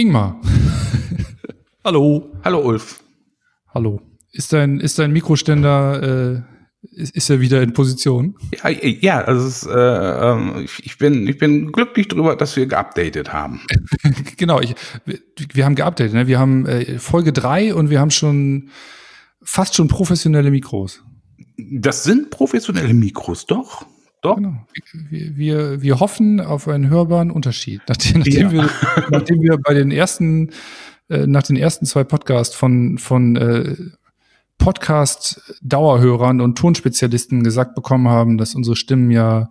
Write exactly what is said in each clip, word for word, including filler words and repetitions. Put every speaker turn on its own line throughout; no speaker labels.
Ingmar. Hallo.
Hallo Ulf.
Hallo. Ist dein, ist dein Mikroständer, äh, ist, ist er wieder in Position?
Ja, ja also es ist, äh, ich, ich, bin, ich bin glücklich darüber, dass wir geupdatet haben.
Genau, ich, wir, wir haben geupdatet. Ne? Wir haben äh, Folge drei und wir haben schon fast schon professionelle Mikros.
Das sind professionelle Mikros, doch. Doch.
Genau. Wir, wir, wir hoffen auf einen hörbaren Unterschied. Nachdem, nachdem, ja. wir, nachdem wir bei den ersten, äh, nach den ersten zwei Podcasts von, von äh, Podcast-Dauerhörern und Tonspezialisten gesagt bekommen haben, dass unsere Stimmen ja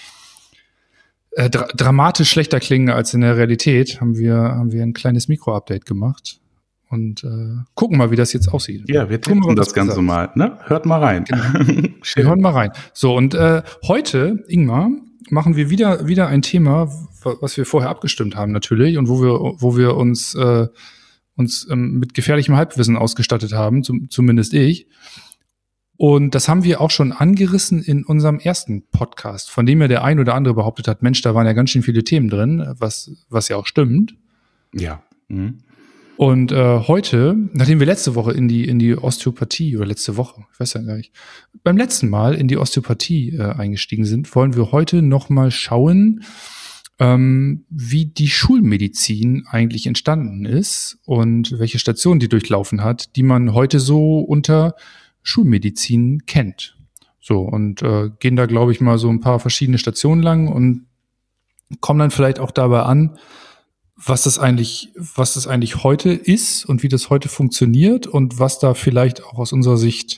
äh, dra- dramatisch schlechter klingen als in der Realität, haben wir, haben wir ein kleines Mikro-Update gemacht. Und äh, gucken mal, wie das jetzt aussieht.
Ja, wir testen mal, das Ganze mal. Ne? Hört mal rein.
Genau. Wir hören mal rein. So, und äh, heute, Ingmar, machen wir wieder wieder ein Thema, was wir vorher abgestimmt haben natürlich und wo wir wo wir uns äh, uns ähm, mit gefährlichem Halbwissen ausgestattet haben, zum, zumindest ich. Und das haben wir auch schon angerissen in unserem ersten Podcast, von dem ja der ein oder andere behauptet hat, Mensch, da waren ja ganz schön viele Themen drin, was was ja auch stimmt.
Ja. Mhm.
Und äh, heute, nachdem wir letzte Woche in die in die Osteopathie oder letzte Woche, ich weiß ja gar nicht, beim letzten Mal in die Osteopathie äh, eingestiegen sind, wollen wir heute noch mal schauen, ähm, wie die Schulmedizin eigentlich entstanden ist und welche Stationen die durchlaufen hat, die man heute so unter Schulmedizin kennt. So, und äh, gehen da, glaube ich, mal so ein paar verschiedene Stationen lang und kommen dann vielleicht auch dabei an, was das eigentlich, was das eigentlich heute ist und wie das heute funktioniert und was da vielleicht auch aus unserer Sicht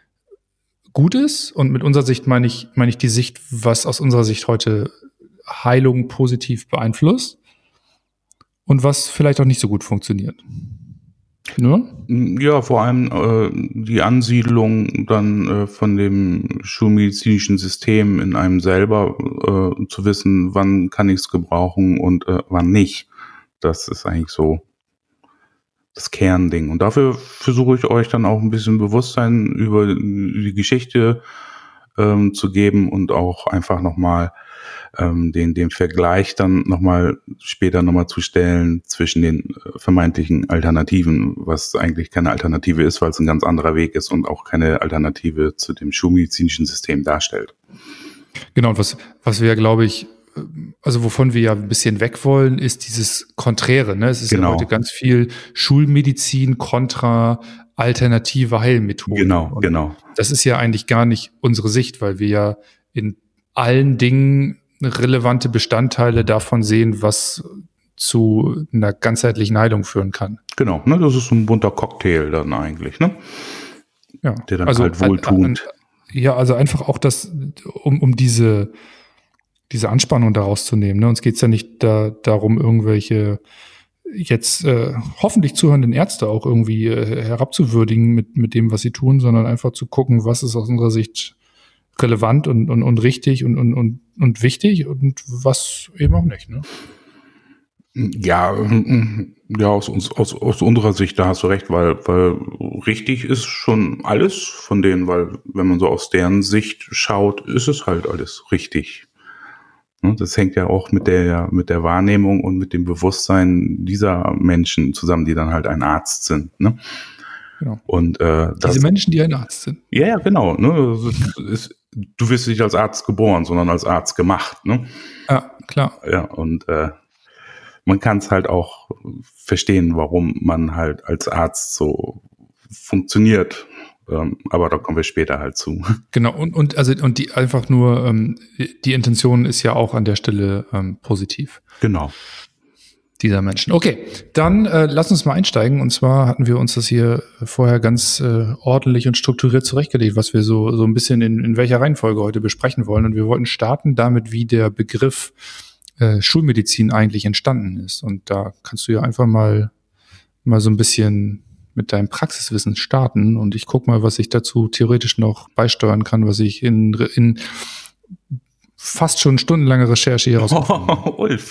gut ist. Und mit unserer Sicht meine ich, meine ich die Sicht, was aus unserer Sicht heute Heilung positiv beeinflusst und was vielleicht auch nicht so gut funktioniert. Ne?
Ja, vor allem äh, die Ansiedlung dann äh, von dem schulmedizinischen System in einem selber äh, zu wissen, wann kann ich es gebrauchen und äh, wann nicht. Das ist eigentlich so das Kernding. Und dafür versuche ich euch dann auch ein bisschen Bewusstsein über die Geschichte ähm, zu geben und auch einfach nochmal ähm, den, den Vergleich dann nochmal später nochmal zu stellen zwischen den äh, vermeintlichen Alternativen, was eigentlich keine Alternative ist, weil es ein ganz anderer Weg ist und auch keine Alternative zu dem schulmedizinischen System darstellt.
Genau, und was, was wir, glaube ich, also wovon wir ja ein bisschen weg wollen, ist dieses Konträre. Ne? Es ist genau. ja heute ganz viel Schulmedizin kontra alternative Heilmethoden.
Genau,
und
genau.
Das ist ja eigentlich gar nicht unsere Sicht, weil wir ja in allen Dingen relevante Bestandteile davon sehen, was zu einer ganzheitlichen Heilung führen kann.
Genau, ne? Das ist ein bunter Cocktail dann eigentlich, ne?
Ja,
der dann
also,
halt wohltuend.
Ja, also einfach auch das, um, um diese diese Anspannung daraus zu nehmen. Ne? Uns geht es ja nicht da, darum, irgendwelche jetzt äh, hoffentlich zuhörenden Ärzte auch irgendwie äh, herabzuwürdigen mit, mit dem, was sie tun, sondern einfach zu gucken, was ist aus unserer Sicht relevant und, und, und richtig und, und, und, und wichtig und was eben auch nicht. Ne?
Ja, ja, aus, uns, aus, aus unserer Sicht, da hast du recht, weil, weil richtig ist schon alles von denen, weil wenn man so aus deren Sicht schaut, ist es halt alles richtig. Das hängt ja auch mit der, mit der Wahrnehmung und mit dem Bewusstsein dieser Menschen zusammen, die dann halt ein Arzt sind. Ne?
Genau.
Und, äh, das,
diese Menschen, die ein Arzt sind.
Ja, ja, genau. Ne? Ist, du wirst nicht als Arzt geboren, sondern als Arzt gemacht. Ne?
Ja, klar.
Ja, und äh, man kann es halt auch verstehen, warum man halt als Arzt so funktioniert. Ähm, aber da kommen wir später halt zu.
Genau, und, und also und die einfach nur, ähm, die Intention ist ja auch an der Stelle ähm, positiv.
Genau.
Dieser Menschen. Okay, dann äh, lass uns mal einsteigen. Und zwar hatten wir uns das hier vorher ganz äh, ordentlich und strukturiert zurechtgelegt, was wir so so ein bisschen in, in welcher Reihenfolge heute besprechen wollen. Und wir wollten starten damit, wie der Begriff äh, Schulmedizin eigentlich entstanden ist. Und da kannst du ja einfach mal mal so ein bisschen mit deinem Praxiswissen starten und ich gucke mal, was ich dazu theoretisch noch beisteuern kann, was ich in, in fast schon stundenlange Recherche hier rausgefunden habe.
Oh, Ulf.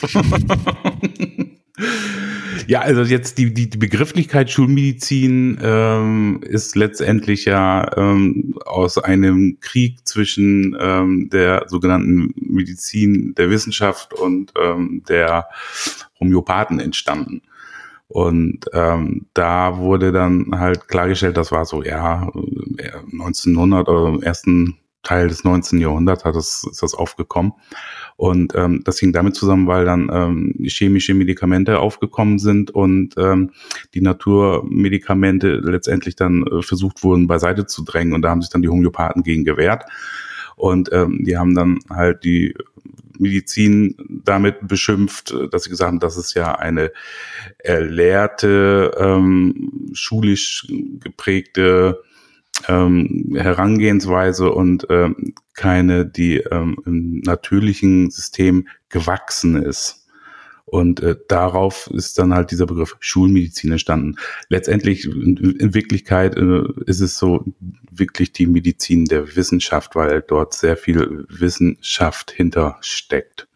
Ja, also jetzt die, die, die Begrifflichkeit Schulmedizin ähm, ist letztendlich ja ähm, aus einem Krieg zwischen ähm, der sogenannten Medizin der Wissenschaft und ähm, der Homöopathen entstanden. Und ähm, da wurde dann halt klargestellt, das war so, ja, neunzehnhundert oder im ersten Teil des neunzehnten Jahrhunderts hat das, ist das aufgekommen. Und ähm, das hing damit zusammen, weil dann ähm, chemische Medikamente aufgekommen sind und ähm, die Naturmedikamente letztendlich dann äh, versucht wurden, beiseite zu drängen. Und da haben sich dann die Homöopathen gegen gewehrt. Und ähm, die haben dann halt die Medizin damit beschimpft, dass sie gesagt haben, das ist ja eine erlehrte, ähm, schulisch geprägte ähm, Herangehensweise und ähm, keine, die ähm, im natürlichen System gewachsen ist. Und äh, darauf ist dann halt dieser Begriff Schulmedizin entstanden. Letztendlich, in, in Wirklichkeit äh, ist es so wirklich die Medizin der Wissenschaft, weil dort sehr viel Wissenschaft hintersteckt.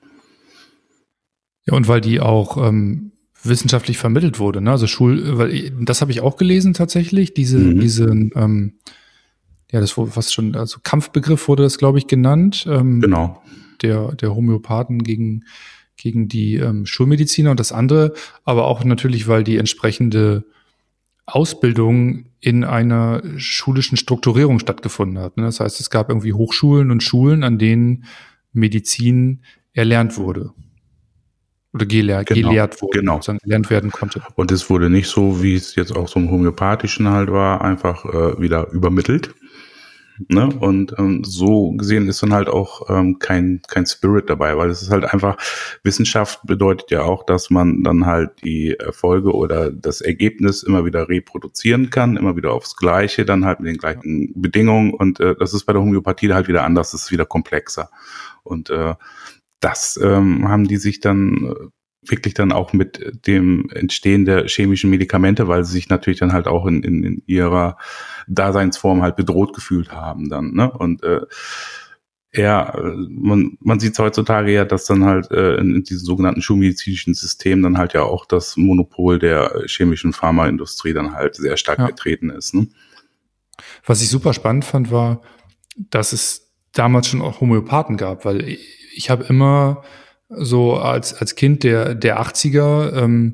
Ja, und weil die auch ähm, wissenschaftlich vermittelt wurde, ne? Also Schul, weil das habe ich auch gelesen tatsächlich, diese, mhm. diese, ähm, ja, das wurde fast schon, also Kampfbegriff wurde das, glaube ich, genannt. Ähm,
genau.
Der, der Homöopathen gegen gegen die ähm, Schulmediziner und das andere, aber auch natürlich, weil die entsprechende Ausbildung in einer schulischen Strukturierung stattgefunden hat. Ne? Das heißt, es gab irgendwie Hochschulen und Schulen, an denen Medizin erlernt wurde. Oder gelehr-
genau,
gelehrt wurde,
genau.
sozusagen gelernt werden konnte.
Und es wurde nicht so, wie es jetzt auch so im Homöopathischen halt war, einfach äh, wieder übermittelt. Ne? Und ähm, so gesehen ist dann halt auch ähm, kein kein Spirit dabei, weil es ist halt einfach, Wissenschaft bedeutet ja auch, dass man dann halt die Erfolge oder das Ergebnis immer wieder reproduzieren kann, immer wieder aufs Gleiche, dann halt mit den gleichen Bedingungen und äh, das ist bei der Homöopathie halt wieder anders, das ist wieder komplexer und äh, das ähm, haben die sich dann äh, wirklich dann auch mit dem Entstehen der chemischen Medikamente, weil sie sich natürlich dann halt auch in, in, in ihrer Daseinsform halt bedroht gefühlt haben dann, ne? Und äh, ja, man, man sieht heutzutage ja, dass dann halt äh, in, in diesem sogenannten schulmedizinischen System dann halt ja auch das Monopol der chemischen Pharmaindustrie dann halt sehr stark ja. vertreten ist, ne?
Was ich super spannend fand, war, dass es damals schon auch Homöopathen gab, weil ich habe immer so als als Kind der der achtziger ähm,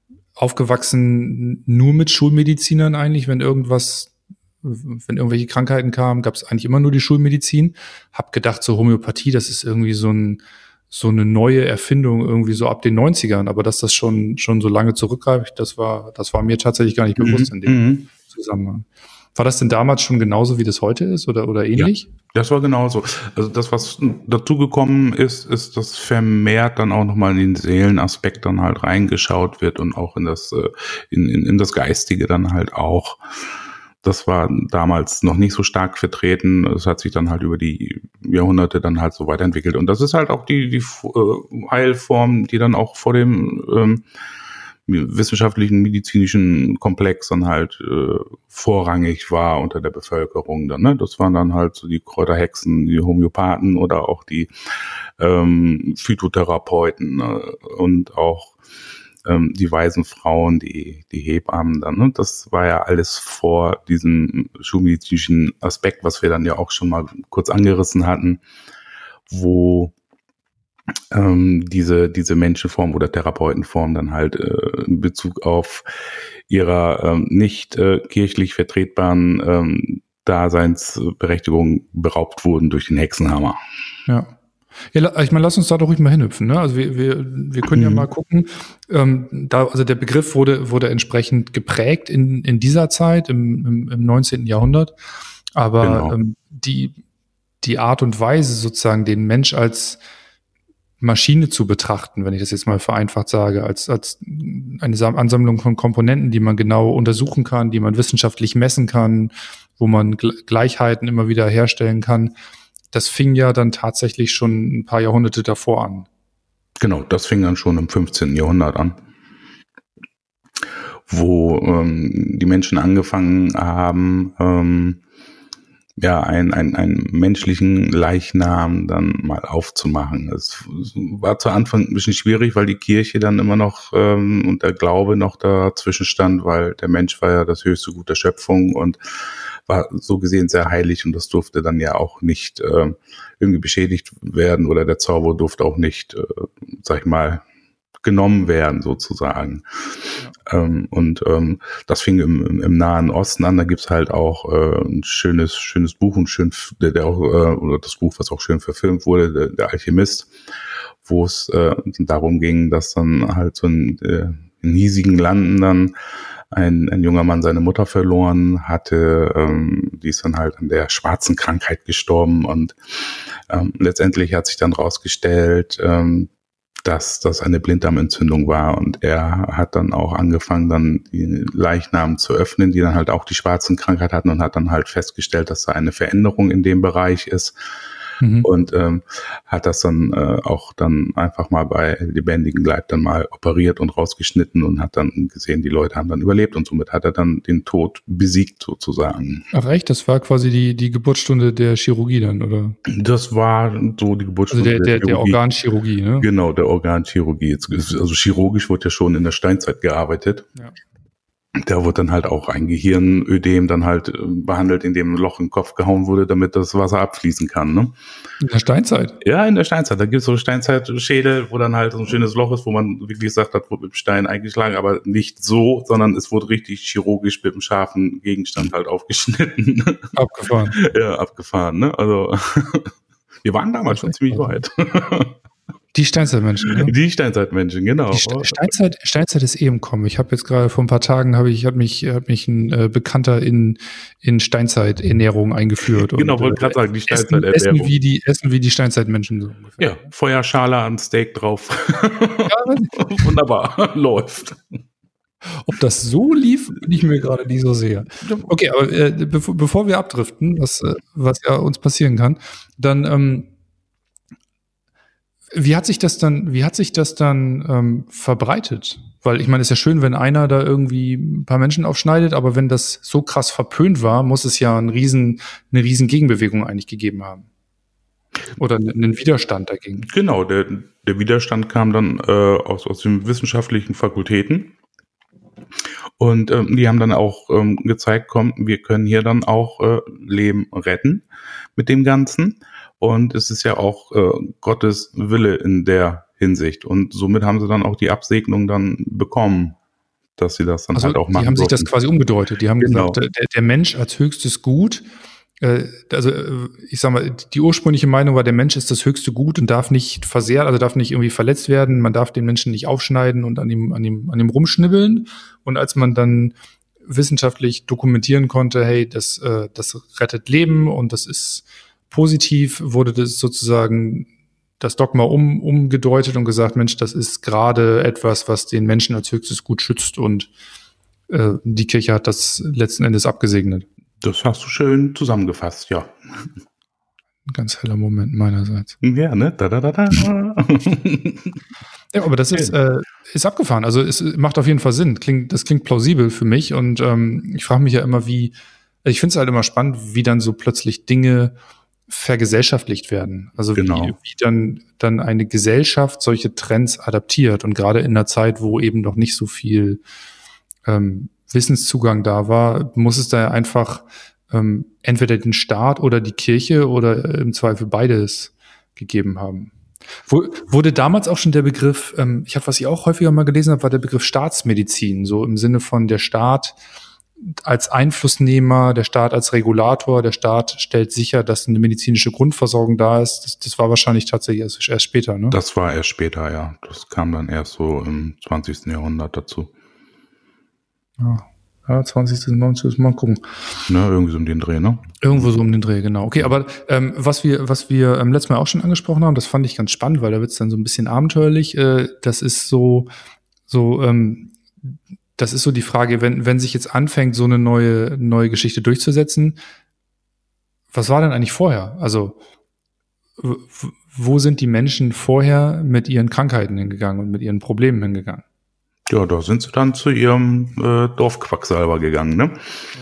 aufgewachsen nur mit Schulmedizinern eigentlich, wenn irgendwas, wenn irgendwelche Krankheiten kamen, gab es eigentlich immer nur die Schulmedizin. Hab gedacht, so Homöopathie, das ist irgendwie so ein so eine neue Erfindung irgendwie so ab den neunzigern, aber dass das schon schon so lange zurückreicht, das war das war mir tatsächlich gar nicht bewusst
mhm.
in dem
mhm.
Zusammenhang. War das denn damals schon genauso, wie das heute ist oder, oder ähnlich?
Ja, das war genauso. Also das, was dazugekommen ist, ist, dass vermehrt dann auch nochmal in den Seelenaspekt dann halt reingeschaut wird und auch in das, in, in, in das Geistige dann halt auch. Das war damals noch nicht so stark vertreten. Es hat sich dann halt über die Jahrhunderte dann halt so weiterentwickelt. Und das ist halt auch die, die äh, Heilform, die dann auch vor dem ähm, wissenschaftlichen, medizinischen Komplex dann halt äh, vorrangig war unter der Bevölkerung dann, ne? Das waren dann halt so die Kräuterhexen, die Homöopathen oder auch die ähm, Phytotherapeuten äh, und auch ähm, die weisen Frauen, die die Hebammen dann, ne? Das war ja alles vor diesem schulmedizinischen Aspekt, was wir dann ja auch schon mal kurz angerissen hatten, wo ähm, diese diese Menschenform oder Therapeutenform dann halt äh, in Bezug auf ihrer ähm, nicht äh, kirchlich vertretbaren ähm, Daseinsberechtigung beraubt wurden durch den Hexenhammer.
Ja. Ja, ich meine, lass uns da doch ruhig mal hinhüpfen, ne? Also wir, wir, wir können mhm. ja mal gucken. Ähm, da, also der Begriff wurde, wurde entsprechend geprägt in, in dieser Zeit, im, im, im neunzehnten Jahrhundert. Aber genau. ähm, die, die Art und Weise, sozusagen den Mensch als Maschine zu betrachten, wenn ich das jetzt mal vereinfacht sage, als, als eine Ansammlung von Komponenten, die man genau untersuchen kann, die man wissenschaftlich messen kann, wo man Gleichheiten immer wieder herstellen kann. Das fing ja dann tatsächlich schon ein paar Jahrhunderte davor an.
Genau, das fing dann schon im fünfzehnten Jahrhundert an, wo ähm, die Menschen angefangen haben, ähm, ja, einen, einen, einen menschlichen Leichnam dann mal aufzumachen. Es war zu Anfang ein bisschen schwierig, weil die Kirche dann immer noch ähm, und der Glaube noch dazwischen stand, weil der Mensch war ja das höchste Gut der Schöpfung und war so gesehen sehr heilig und das durfte dann ja auch nicht äh, irgendwie beschädigt werden oder der Zauber durfte auch nicht, äh, sag ich mal, genommen werden, sozusagen. Ja. Ähm, und ähm, das fing im, im, im Nahen Osten an. Da gibt's halt auch äh, ein schönes, schönes Buch, ein schön, der, der auch, äh, oder das Buch, was auch schön verfilmt wurde, der, der Alchemist, wo es äh, darum ging, dass dann halt so in, äh, in hiesigen Landen dann ein, ein junger Mann seine Mutter verloren hatte, ähm, die ist dann halt an der schwarzen Krankheit gestorben und ähm, letztendlich hat sich dann rausgestellt, ähm, dass das eine Blinddarmentzündung war und er hat dann auch angefangen, dann die Leichnamen zu öffnen, die dann halt auch die schwarzen Krankheit hatten und hat dann halt festgestellt, dass da eine Veränderung in dem Bereich ist. Mhm. Und ähm, hat das dann äh, auch dann einfach mal bei lebendigem Leib dann mal operiert und rausgeschnitten und hat dann gesehen, die Leute haben dann überlebt und somit hat er dann den Tod besiegt sozusagen.
Ach echt? Das war quasi die die Geburtsstunde der Chirurgie dann, oder?
Das war so die Geburtsstunde
also der, der, der Organchirurgie, ne?
Genau, der Organchirurgie. Jetzt, also chirurgisch wurde ja schon in der Steinzeit gearbeitet. Ja. Da wurde dann halt auch ein Gehirnödem dann halt behandelt, in dem ein Loch im Kopf gehauen wurde, damit das Wasser abfließen kann. Ne?
In der Steinzeit?
Ja, in der Steinzeit. Da gibt es so Steinzeitschädel, wo dann halt so ein schönes Loch ist, wo man wirklich sagt, das wurde mit dem Stein eingeschlagen, aber nicht so, sondern es wurde richtig chirurgisch mit einem scharfen Gegenstand halt aufgeschnitten.
Abgefahren.
Ja, abgefahren. Ne? Also wir waren damals schon ziemlich weit.
Die Steinzeitmenschen, ne?
Die Steinzeitmenschen, genau.
Die Steinzeit, Steinzeit ist eh im Kommen. Ich habe jetzt gerade vor ein paar Tagen habe ich hat mich hat mich ein äh, Bekannter in in Steinzeiternährung eingeführt.
Genau,
und,
wollte
äh,
gerade sagen, die
essen,
Steinzeiternährung.
Essen wie die essen wie die Steinzeitmenschen so ungefähr.
Ja, Feuerschale an Steak drauf. Ja, wunderbar, läuft.
Ob das so lief, bin ich mir gerade nicht so sicher. Okay, aber äh, bevor, bevor wir abdriften, was äh, was ja uns passieren kann, dann ähm, Wie hat sich das dann, wie hat sich das dann ähm, verbreitet? Weil ich meine, es ist ja schön, wenn einer da irgendwie ein paar Menschen aufschneidet, aber wenn das so krass verpönt war, muss es ja einen riesen, eine riesen Gegenbewegung eigentlich gegeben haben. Oder einen Widerstand dagegen.
Genau, der, der Widerstand kam dann äh, aus, aus den wissenschaftlichen Fakultäten. Und ähm, die haben dann auch ähm, gezeigt, komm, wir können hier dann auch äh, Leben retten mit dem Ganzen. Und es ist ja auch äh, Gottes Wille in der Hinsicht. Und somit haben sie dann auch die Absegnung dann bekommen, dass sie das dann
also
halt auch machen.
Die haben sich
durften.
das quasi umgedeutet. Die haben
genau.
gesagt, der, der Mensch als höchstes Gut, äh, also ich sag mal, die ursprüngliche Meinung war, der Mensch ist das höchste Gut und darf nicht versehrt, also darf nicht irgendwie verletzt werden. Man darf den Menschen nicht aufschneiden und an ihm, an ihm, an ihm rumschnibbeln. Und als man dann wissenschaftlich dokumentieren konnte, hey, das, äh, das rettet Leben und das ist positiv, wurde das sozusagen das Dogma um, umgedeutet und gesagt, Mensch, das ist gerade etwas, was den Menschen als höchstes Gut schützt und äh, die Kirche hat das letzten Endes abgesegnet.
Das hast du schön zusammengefasst, ja.
Ein ganz heller Moment meinerseits.
Ja, ne? Da, da, da, da.
Ja, aber das ist, äh, ist abgefahren. Also es macht auf jeden Fall Sinn. Klingt, das klingt plausibel für mich und ähm, ich frage mich ja immer, wie, ich finde es halt immer spannend, wie dann so plötzlich Dinge vergesellschaftlicht werden. Also genau. wie, wie dann, dann eine Gesellschaft solche Trends adaptiert. Und gerade in einer Zeit, wo eben noch nicht so viel ähm, Wissenszugang da war, muss es da einfach ähm, entweder den Staat oder die Kirche oder äh, im Zweifel beides gegeben haben. Wo, wurde damals auch schon der Begriff, ähm, ich habe, was ich auch häufiger mal gelesen habe, war der Begriff Staatsmedizin, so im Sinne von der Staat als Einflussnehmer, der Staat als Regulator, der Staat stellt sicher, dass eine medizinische Grundversorgung da ist. Das, das war wahrscheinlich tatsächlich erst, erst später, ne?
Das war erst später, ja. Das kam dann erst so im zwanzigsten Jahrhundert dazu.
Ja, ja zwanzigsten, neunzehnten Mal gucken.
Ne, irgendwie so um den Dreh, ne?
Irgendwo so um den Dreh, genau. Okay, aber ähm, was wir, was wir ähm, letztes Mal auch schon angesprochen haben, das fand ich ganz spannend, weil da wird's dann so ein bisschen abenteuerlich. Äh, das ist so, so, ähm, das ist so die Frage, wenn, wenn sich jetzt anfängt, so eine neue, neue Geschichte durchzusetzen, was war denn eigentlich vorher? Also, w- wo sind die Menschen vorher mit ihren Krankheiten hingegangen und mit ihren Problemen hingegangen?
Ja, da sind sie dann zu ihrem äh, Dorfquacksalber gegangen, ne?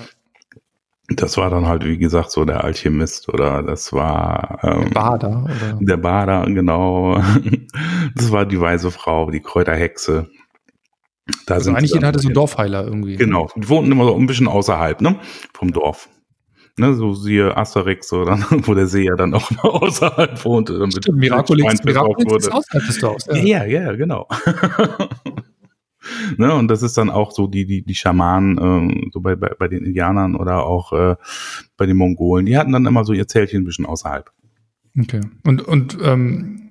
Ja. Das war dann halt, wie gesagt, so der Alchemist oder das war ähm,
der Bader, oder?
Der Bader, genau. Das war die weise Frau, die Kräuterhexe. Da
also
sind
eigentlich jeder hatte so einen Dorfheiler irgendwie.
Genau, die wohnten immer so ein bisschen außerhalb, ne, vom Dorf. Ne, so siehe Asterix, oder, wo der See ja dann auch mal außerhalb wohnte. Damit
Stimmt, Miraculix, Miraculix ist außerhalb des Dorfs.
Ja, ja, ja, genau. Ne, und das ist dann auch so die, die, die Schamanen, äh, so bei, bei, bei den Indianern oder auch äh, bei den Mongolen, die hatten dann immer so ihr Zeltchen ein bisschen außerhalb.
Okay. Und, und ähm,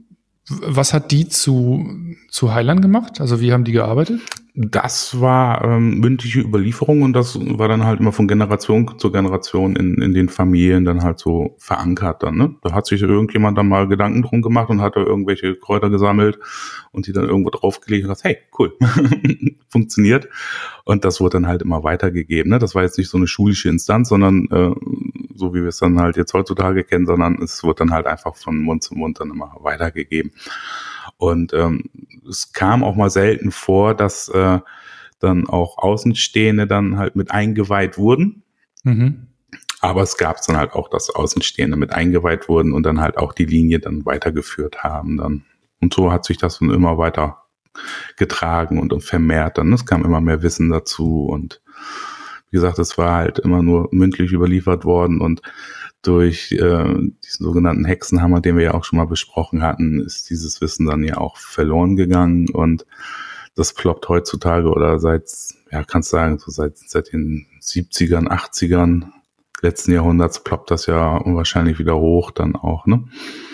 was hat die zu, zu Heilern gemacht? Also wie haben die gearbeitet?
Das war ähm, mündliche Überlieferung und das war dann halt immer von Generation zu Generation in, in den Familien dann halt so verankert dann, ne? Da hat sich irgendjemand dann mal Gedanken drum gemacht und hat da irgendwelche Kräuter gesammelt und die dann irgendwo draufgelegt und gesagt, hey, cool, funktioniert. Und das wurde dann halt immer weitergegeben, ne? Das war jetzt nicht so eine schulische Instanz, sondern äh, so wie wir es dann halt jetzt heutzutage kennen, sondern es wird dann halt einfach von Mund zu Mund dann immer weitergegeben. Und ähm, es kam auch mal selten vor, dass äh, dann auch Außenstehende dann halt mit eingeweiht wurden. Mhm. Aber es gab es dann halt auch, dass Außenstehende mit eingeweiht wurden und dann halt auch die Linie dann weitergeführt haben. Dann. Und so hat sich das dann immer weiter getragen und, und vermehrt. Dann es kam immer mehr Wissen dazu. Und wie gesagt, es war halt immer nur mündlich überliefert worden und durch äh, diesen sogenannten Hexenhammer, den wir ja auch schon mal besprochen hatten, ist dieses Wissen dann ja auch verloren gegangen und das ploppt heutzutage oder seit, ja, kannst du sagen, so seit, seit den siebzigern, achtzigern letzten Jahrhunderts ploppt das ja unwahrscheinlich wieder hoch dann auch, ne?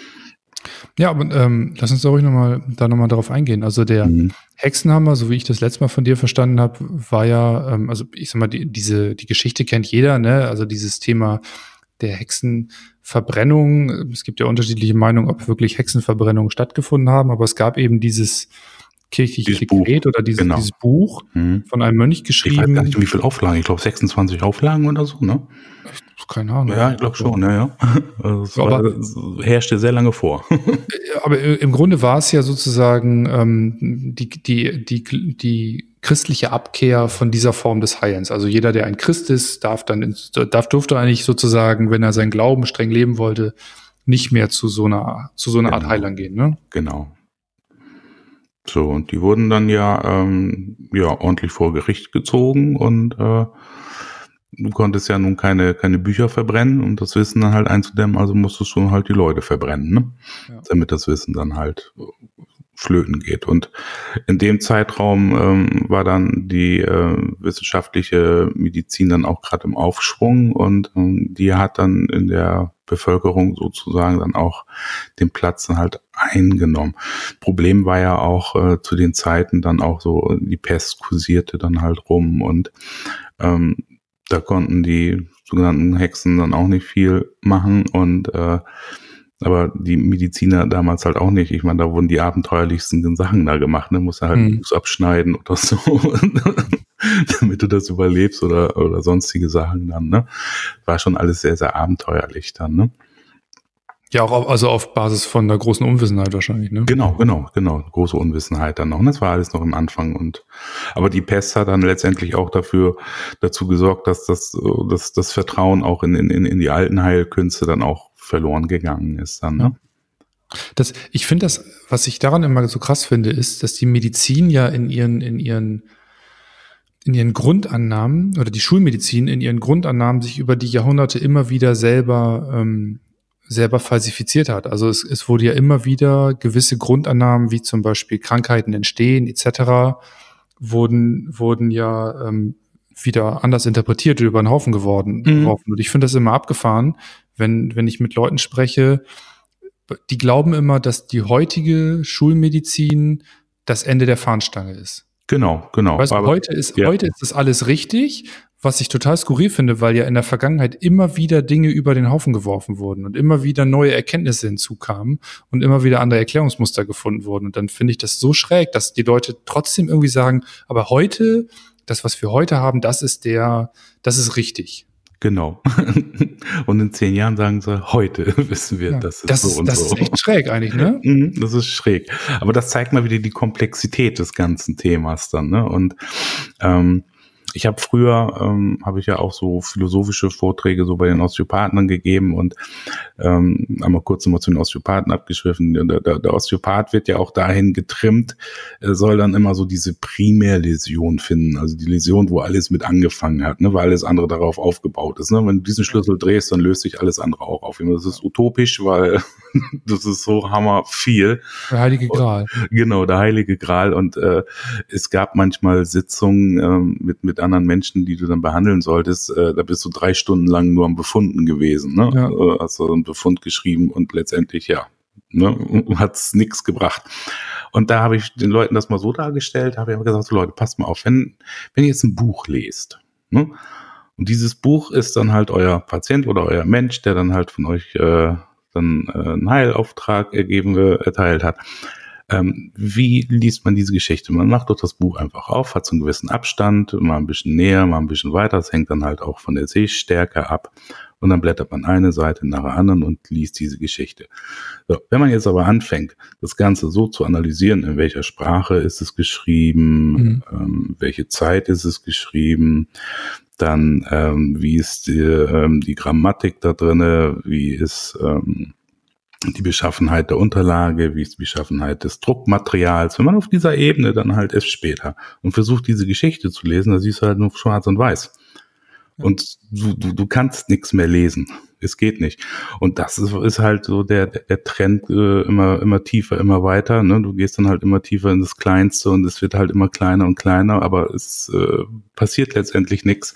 Ja, aber ähm, lass uns da ruhig nochmal, da nochmal darauf eingehen. Also der mhm. Hexenhammer, so wie ich das letzte Mal von dir verstanden habe, war ja, ähm, also ich sag mal, die, diese, die Geschichte kennt jeder, ne? Also dieses Thema der Hexenverbrennung. Es gibt ja unterschiedliche Meinungen, ob wirklich Hexenverbrennungen stattgefunden haben, aber es gab eben dieses kirchliche Dekret oder dieses, genau. dieses Buch mhm. von einem Mönch geschrieben. Ich weiß
gar nicht, wie viele Auflagen, ich glaube sechsundzwanzig Auflagen oder so, ne?
Ich, keine Ahnung.
Ja, ich glaube schon, ja, ja. Also es aber, war, es herrschte sehr lange vor.
Aber im Grunde war es ja sozusagen ähm, die, die, die, die christliche Abkehr von dieser Form des Heilens. Also jeder, der ein Christ ist, darf dann, ins, darf, durfte eigentlich sozusagen, wenn er seinen Glauben streng leben wollte, nicht mehr zu so einer, zu so einer genau. Art Heilern gehen, ne?
Genau. So, und die wurden dann ja, ähm, ja, ordentlich vor Gericht gezogen und, äh, du konntest ja nun keine, keine Bücher verbrennen, um das Wissen dann halt einzudämmen, also musstest du halt die Leute verbrennen, ne? Ja. Damit das Wissen dann halt flöten geht. Und in dem Zeitraum ähm, war dann die äh, wissenschaftliche Medizin dann auch gerade im Aufschwung und ähm, die hat dann in der Bevölkerung sozusagen dann auch den Platz dann halt eingenommen. Problem war ja auch äh, zu den Zeiten dann auch so, die Pest kursierte dann halt rum und ähm, da konnten die sogenannten Hexen dann auch nicht viel machen und äh, aber die Mediziner damals halt auch nicht. Ich meine, da wurden die abenteuerlichsten Sachen da gemacht. Ne, musst du halt einen Fuß abschneiden oder so, damit du das überlebst oder oder sonstige Sachen dann. Ne, war schon alles sehr sehr abenteuerlich dann. Ne.
Ja, auch auf, also auf Basis von der großen Unwissenheit wahrscheinlich, ne?
Genau, genau, genau. Große Unwissenheit dann noch. Das war alles noch im Anfang und, aber die Pest hat dann letztendlich auch dafür, dazu gesorgt, dass das, dass das Vertrauen auch in, in, in die alten Heilkünste dann auch verloren gegangen ist dann, ne?
Das, ich finde das, was ich daran immer so krass finde, ist, dass die Medizin ja in ihren, in ihren, in ihren Grundannahmen oder die Schulmedizin in ihren Grundannahmen sich über die Jahrhunderte immer wieder selber, ähm, selber falsifiziert hat. Also es, es wurde ja immer wieder gewisse Grundannahmen, wie zum Beispiel Krankheiten entstehen et cetera, wurden, wurden ja ähm, wieder anders interpretiert oder über den Haufen geworden. Mhm. Und ich finde das immer abgefahren, wenn, wenn ich mit Leuten spreche, die glauben immer, dass die heutige Schulmedizin das Ende der Fahnenstange ist.
Genau, genau.
Weißt du, heute ist, ja. heute ist das alles richtig, was ich total skurril finde, weil ja in der Vergangenheit immer wieder Dinge über den Haufen geworfen wurden und immer wieder neue Erkenntnisse hinzukamen und immer wieder andere Erklärungsmuster gefunden wurden. Und dann finde ich das so schräg, dass die Leute trotzdem irgendwie sagen, aber heute, das, was wir heute haben, das ist der, das ist richtig.
Genau. Und in zehn Jahren sagen sie, heute wissen wir, ja, das ist
das
so
ist,
und
das
so.
Das ist echt schräg eigentlich, ne?
Das ist schräg. Aber das zeigt mal wieder die Komplexität des ganzen Themas dann, ne? Und ähm, ich habe früher, ähm, habe ich ja auch so philosophische Vorträge so bei den Osteopathen dann gegeben und ähm, einmal kurz nochmal zu den Osteopathen abgeschwiffen. Der, der, der Osteopath wird ja auch dahin getrimmt, er soll dann immer so diese Primärläsion finden, also die Läsion, wo alles mit angefangen hat, ne, weil alles andere darauf aufgebaut ist. Ne? Wenn du diesen Schlüssel drehst, dann löst sich alles andere auch auf. Das ist utopisch, weil das ist so hammer viel.
Der Heilige Gral.
Und, genau, der Heilige Gral. Und äh, es gab manchmal Sitzungen ähm, mit mit anderen Menschen, die du dann behandeln solltest. Äh, da bist du drei Stunden lang nur am Befunden gewesen. Ne?
Ja.
Äh, hast du einen Befund geschrieben und letztendlich, ja, ne, hat's nichts gebracht. Und da habe ich den Leuten das mal so dargestellt, habe ich immer gesagt, so Leute, passt mal auf, wenn, wenn ihr jetzt ein Buch lest, ne? Und dieses Buch ist dann halt euer Patient oder euer Mensch, der dann halt von euch äh, dann äh, einen Heilauftrag ergeben, äh, erteilt hat. Ähm, wie liest man diese Geschichte? Man macht doch das Buch einfach auf, hat so einen gewissen Abstand, mal ein bisschen näher, mal ein bisschen weiter. Das hängt dann halt auch von der Sehstärke ab. Und dann blättert man eine Seite nach der anderen und liest diese Geschichte. So, wenn man jetzt aber anfängt, das Ganze so zu analysieren, in welcher Sprache ist es geschrieben, mhm. ähm, welche Zeit ist es geschrieben, dann ähm, wie ist die, ähm, die Grammatik da drinne, wie ist ähm, die Beschaffenheit der Unterlage, wie ist die Beschaffenheit des Druckmaterials. Wenn man auf dieser Ebene dann halt ist später und versucht, diese Geschichte zu lesen, da siehst du halt nur schwarz und weiß. Und du, du, du kannst nichts mehr lesen. Es geht nicht. Und das ist, ist halt so der, der Trend äh, immer, immer tiefer, immer weiter. Ne? Du gehst dann halt immer tiefer in das Kleinste und es wird halt immer kleiner und kleiner, aber es äh, passiert letztendlich nichts,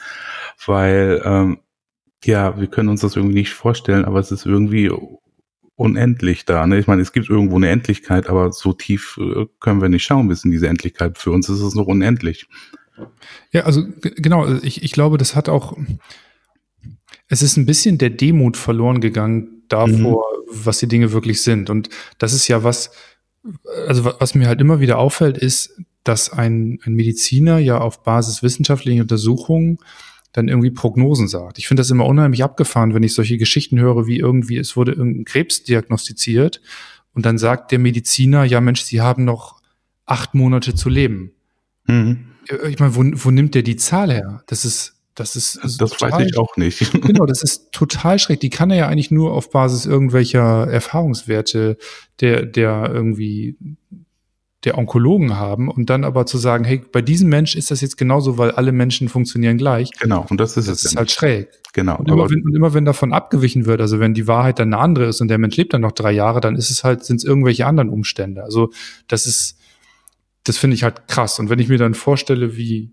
weil ähm, ja, wir können uns das irgendwie nicht vorstellen, aber es ist irgendwie unendlich da. Ne? Ich meine, es gibt irgendwo eine Endlichkeit, aber so tief äh, können wir nicht schauen bis in diese Endlichkeit. Für uns ist es noch unendlich.
Ja, also g- genau, ich, ich glaube, das hat auch, es ist ein bisschen der Demut verloren gegangen davor, mhm. was die Dinge wirklich sind. Und das ist ja was, also was mir halt immer wieder auffällt, ist, dass ein, ein Mediziner ja auf Basis wissenschaftlicher Untersuchungen dann irgendwie Prognosen sagt. Ich finde das immer unheimlich abgefahren, wenn ich solche Geschichten höre, wie irgendwie, es wurde irgendein Krebs diagnostiziert und dann sagt der Mediziner, ja Mensch, Sie haben noch acht Monate zu leben. Mhm. Ich meine, wo, wo nimmt der die Zahl her? Das ist, das ist,
das total, weiß ich auch nicht.
Genau, das ist total schräg. Die kann er ja eigentlich nur auf Basis irgendwelcher Erfahrungswerte der, der irgendwie der Onkologen haben und dann aber zu sagen, hey, bei diesem Mensch ist das jetzt genauso, weil alle Menschen funktionieren gleich.
Genau, und das ist
das
es.
Das ist halt schräg.
Genau.
Und immer, wenn, und immer wenn davon abgewichen wird, also wenn die Wahrheit dann eine andere ist und der Mensch lebt dann noch drei Jahre, dann ist es halt, sind es irgendwelche anderen Umstände. Also das ist, das finde ich halt krass. Und wenn ich mir dann vorstelle, wie,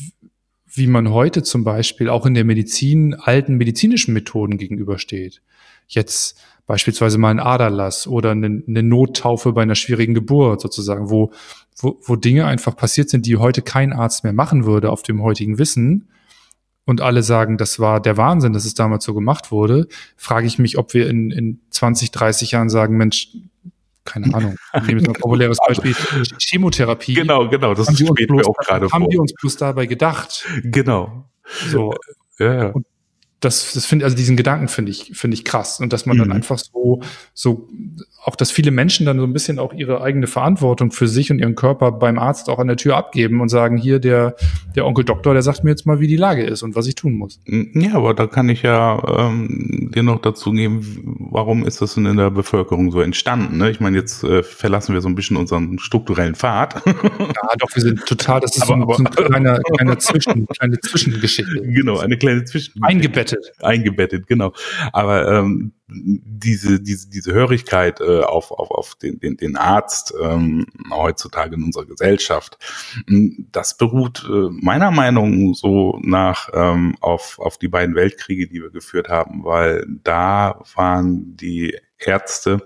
wie man heute zum Beispiel auch in der Medizin alten medizinischen Methoden gegenübersteht, jetzt beispielsweise mal ein Aderlass oder eine, eine Nottaufe bei einer schwierigen Geburt sozusagen, wo, wo, wo Dinge einfach passiert sind, die heute kein Arzt mehr machen würde auf dem heutigen Wissen und alle sagen, das war der Wahnsinn, dass es damals so gemacht wurde, frage ich mich, ob wir in, in zwanzig, dreißig Jahren sagen, Mensch, keine Ahnung, ich nehme jetzt mal ein populäres Beispiel, Chemotherapie.
Genau, genau, das steht mir auch gerade vor.
Haben wir uns bloß dabei gedacht.
Genau.
So.
Ja, ja.
Und das, das finde, also diesen Gedanken finde ich, finde ich krass. Und dass man mhm. dann einfach so, so, auch, dass viele Menschen dann so ein bisschen auch ihre eigene Verantwortung für sich und ihren Körper beim Arzt auch an der Tür abgeben und sagen, hier, der, der Onkel Doktor, der sagt mir jetzt mal, wie die Lage ist und was ich tun muss.
Ja, aber da kann ich ja ähm, dir noch dazu geben, warum ist das denn in der Bevölkerung so entstanden? Ne? Ich meine, jetzt äh, verlassen wir so ein bisschen unseren strukturellen Pfad.
Ja, doch, wir sind total, das ist aber, so, aber, so ein kleiner, kleiner Zwischen, kleine Zwischengeschichte.
Genau, eine kleine Zwischengeschichte.
Eingebettet.
Eingebettet, genau. Aber ähm, diese diese diese Hörigkeit äh, auf auf auf den den den Arzt ähm, heutzutage in unserer Gesellschaft, das beruht äh, meiner Meinung so nach ähm, auf auf die beiden Weltkriege, die wir geführt haben, weil da waren die Ärzte,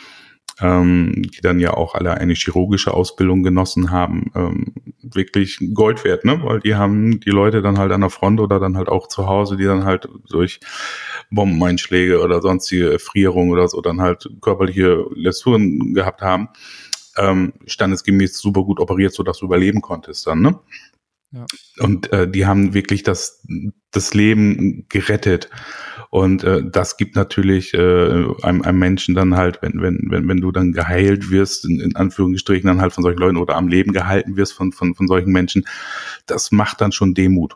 ähm, die dann ja auch alle eine chirurgische Ausbildung genossen haben, ähm, wirklich Gold wert, ne? Weil die haben die Leute dann halt an der Front oder dann halt auch zu Hause, die dann halt durch Bombeneinschläge oder sonstige Erfrierung oder so dann halt körperliche Läsionen gehabt haben, ähm, standesgemäß super gut operiert, sodass du überleben konntest dann, ne? Ja. Und äh, die haben wirklich das das Leben gerettet. Und äh, das gibt natürlich äh, einem, einem Menschen dann halt, wenn wenn wenn wenn du dann geheilt wirst, in, in Anführungsstrichen dann halt von solchen Leuten oder am Leben gehalten wirst von von von solchen Menschen, das macht dann schon Demut.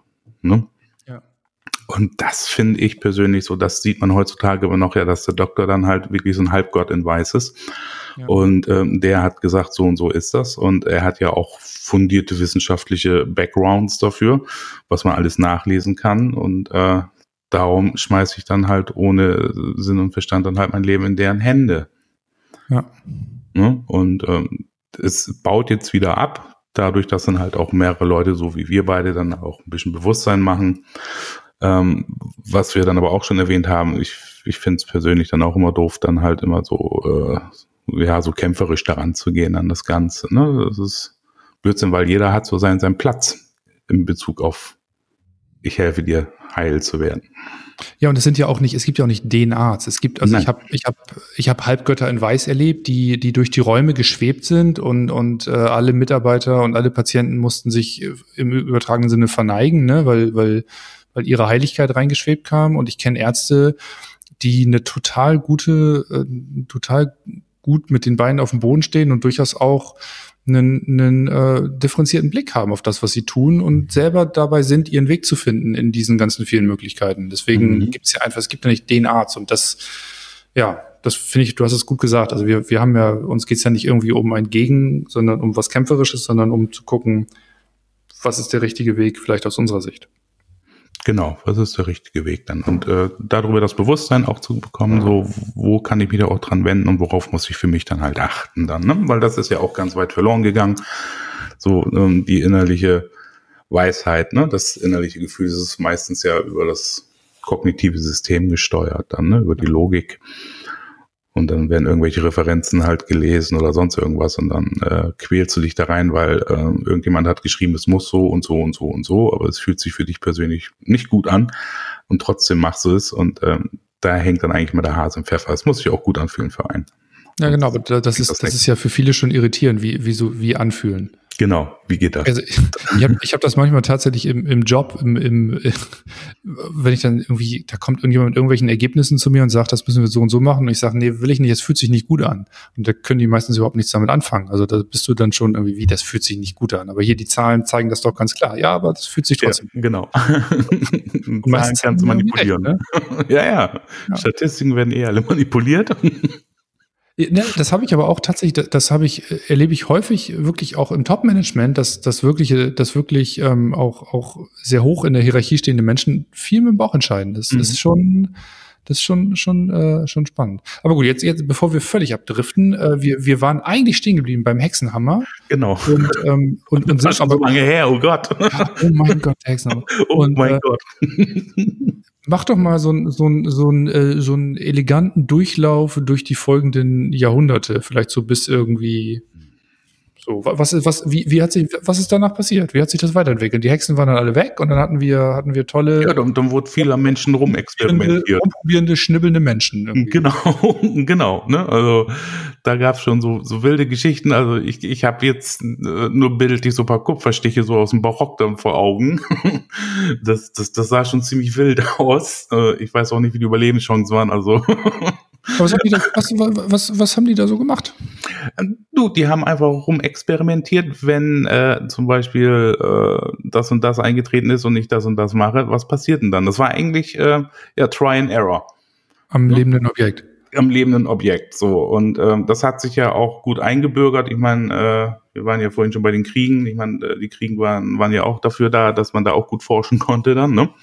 Ne?
Ja.
Und das finde ich persönlich so, das sieht man heutzutage aber noch ja, dass der Doktor dann halt wirklich so ein Halbgott in Weiß ist. Ja. Und ähm, der hat gesagt, so und so ist das. Und er hat ja auch fundierte wissenschaftliche Backgrounds dafür, was man alles nachlesen kann. Und äh, darum schmeiße ich dann halt ohne Sinn und Verstand dann halt mein Leben in deren Hände.
Ja.
Ne? Und ähm, es baut jetzt wieder ab, dadurch, dass dann halt auch mehrere Leute, so wie wir beide, dann auch ein bisschen Bewusstsein machen. Ähm, was wir dann aber auch schon erwähnt haben, ich, ich finde es persönlich dann auch immer doof, dann halt immer so, äh, ja, so kämpferisch daran zu gehen an das Ganze. Ne? Das ist Blödsinn, weil jeder hat so seinen, seinen Platz in Bezug auf ich helfe dir, heil zu werden.
Ja, und es sind ja auch nicht, es gibt ja auch nicht den Arzt. Es gibt, also Nein. ich habe, ich habe, ich habe Halbgötter in Weiß erlebt, die, die durch die Räume geschwebt sind und und äh, alle Mitarbeiter und alle Patienten mussten sich im übertragenen Sinne verneigen, ne, weil weil weil ihre Heiligkeit reingeschwebt kam. Und ich kenne Ärzte, die eine total gute, äh, total gut mit den Beinen auf dem Boden stehen und durchaus auch einen, einen äh, differenzierten Blick haben auf das, was sie tun und selber dabei sind, ihren Weg zu finden in diesen ganzen vielen Möglichkeiten. Deswegen mhm. gibt es ja einfach, es gibt ja nicht den Arzt und das, ja, das finde ich, du hast es gut gesagt. Also wir, wir haben ja, uns geht es ja nicht irgendwie um ein Gegen, sondern um was Kämpferisches, sondern um zu gucken, was ist der richtige Weg vielleicht aus unserer Sicht.
Genau, was ist der richtige Weg dann? Und äh, darüber das Bewusstsein auch zu bekommen, so wo kann ich mich da auch dran wenden und worauf muss ich für mich dann halt achten dann, ne? Weil das ist ja auch ganz weit verloren gegangen. So ähm, die innerliche Weisheit, ne? Das innerliche Gefühl, das ist meistens ja über das kognitive System gesteuert dann, ne? Über die Logik. Und dann werden irgendwelche Referenzen halt gelesen oder sonst irgendwas und dann äh, quälst du dich da rein, weil äh, irgendjemand hat geschrieben, es muss so und so und so und so, aber es fühlt sich für dich persönlich nicht gut an und trotzdem machst du es und ähm, da hängt dann eigentlich mal der Hase im Pfeffer. Es muss sich auch gut anfühlen für einen.
Ja, genau, aber das ist, das ist ja für viele schon irritierend, wie, wie so, wie anfühlen.
Genau, wie geht das?
Also ich, ich habe ich hab das manchmal tatsächlich im, im Job, im, im, wenn ich dann irgendwie, da kommt irgendjemand mit irgendwelchen Ergebnissen zu mir und sagt, das müssen wir so und so machen und ich sage, nee, will ich nicht, es fühlt sich nicht gut an. Und da können die meistens überhaupt nichts damit anfangen. Also da bist du dann schon irgendwie, wie, das fühlt sich nicht gut an. Aber hier die Zahlen zeigen das doch ganz klar. Ja, aber das fühlt sich trotzdem.
Ja, genau. Zahlen kannst du manipulieren. Recht, ne? ja, ja, ja. Statistiken werden eh alle manipuliert.
Ne, das habe ich aber auch tatsächlich, das, das habe ich, erlebe ich häufig wirklich auch im Top-Management, dass das wirklich, dass wirklich ähm, auch, auch sehr hoch in der Hierarchie stehende Menschen viel mit dem Bauch entscheiden. Das mhm. ist schon, das ist schon, schon, äh, schon spannend. Aber gut, jetzt, jetzt, bevor wir völlig abdriften, äh, wir, wir waren eigentlich stehen geblieben beim Hexenhammer.
Genau.
Und, ähm, und, und
das sind schon aber so lange her, oh Gott.
Oh mein Gott, der Hexenhammer.
Oh und, mein äh, Gott.
Mach doch mal so einen so einen so einen äh, so einen eleganten Durchlauf durch die folgenden Jahrhunderte, vielleicht so bis irgendwie so. Was ist was wie wie hat sich was ist danach passiert? Wie hat sich das weiterentwickelt? Die Hexen waren dann alle weg und dann hatten wir hatten wir tolle.
Ja, dann, dann wurde vieler Menschen rumexperimentiert.
Rumprobierende, schnibbelnde Menschen. Irgendwie.
Genau, genau. Ne? Also da gab's schon so so wilde Geschichten. Also ich ich habe jetzt äh, nur bildlich so ein paar Kupferstiche so aus dem Barock dann vor Augen. Das das das sah schon ziemlich wild aus. Äh, ich weiß auch nicht, wie die Überlebenschancen waren. Also
was haben die da, was, was, was haben die da so gemacht?
Du, die haben einfach rumexperimentiert, wenn äh, zum Beispiel äh, das und das eingetreten ist und ich das und das mache, was passiert denn dann? Das war eigentlich äh, ja Try and Error.
Am ja. lebenden Objekt.
Am lebenden Objekt, so. Und ähm, das hat sich ja auch gut eingebürgert. Ich meine, äh, wir waren ja vorhin schon bei den Kriegen. Ich meine, die Kriege waren, waren ja auch dafür da, dass man da auch gut forschen konnte dann, ne?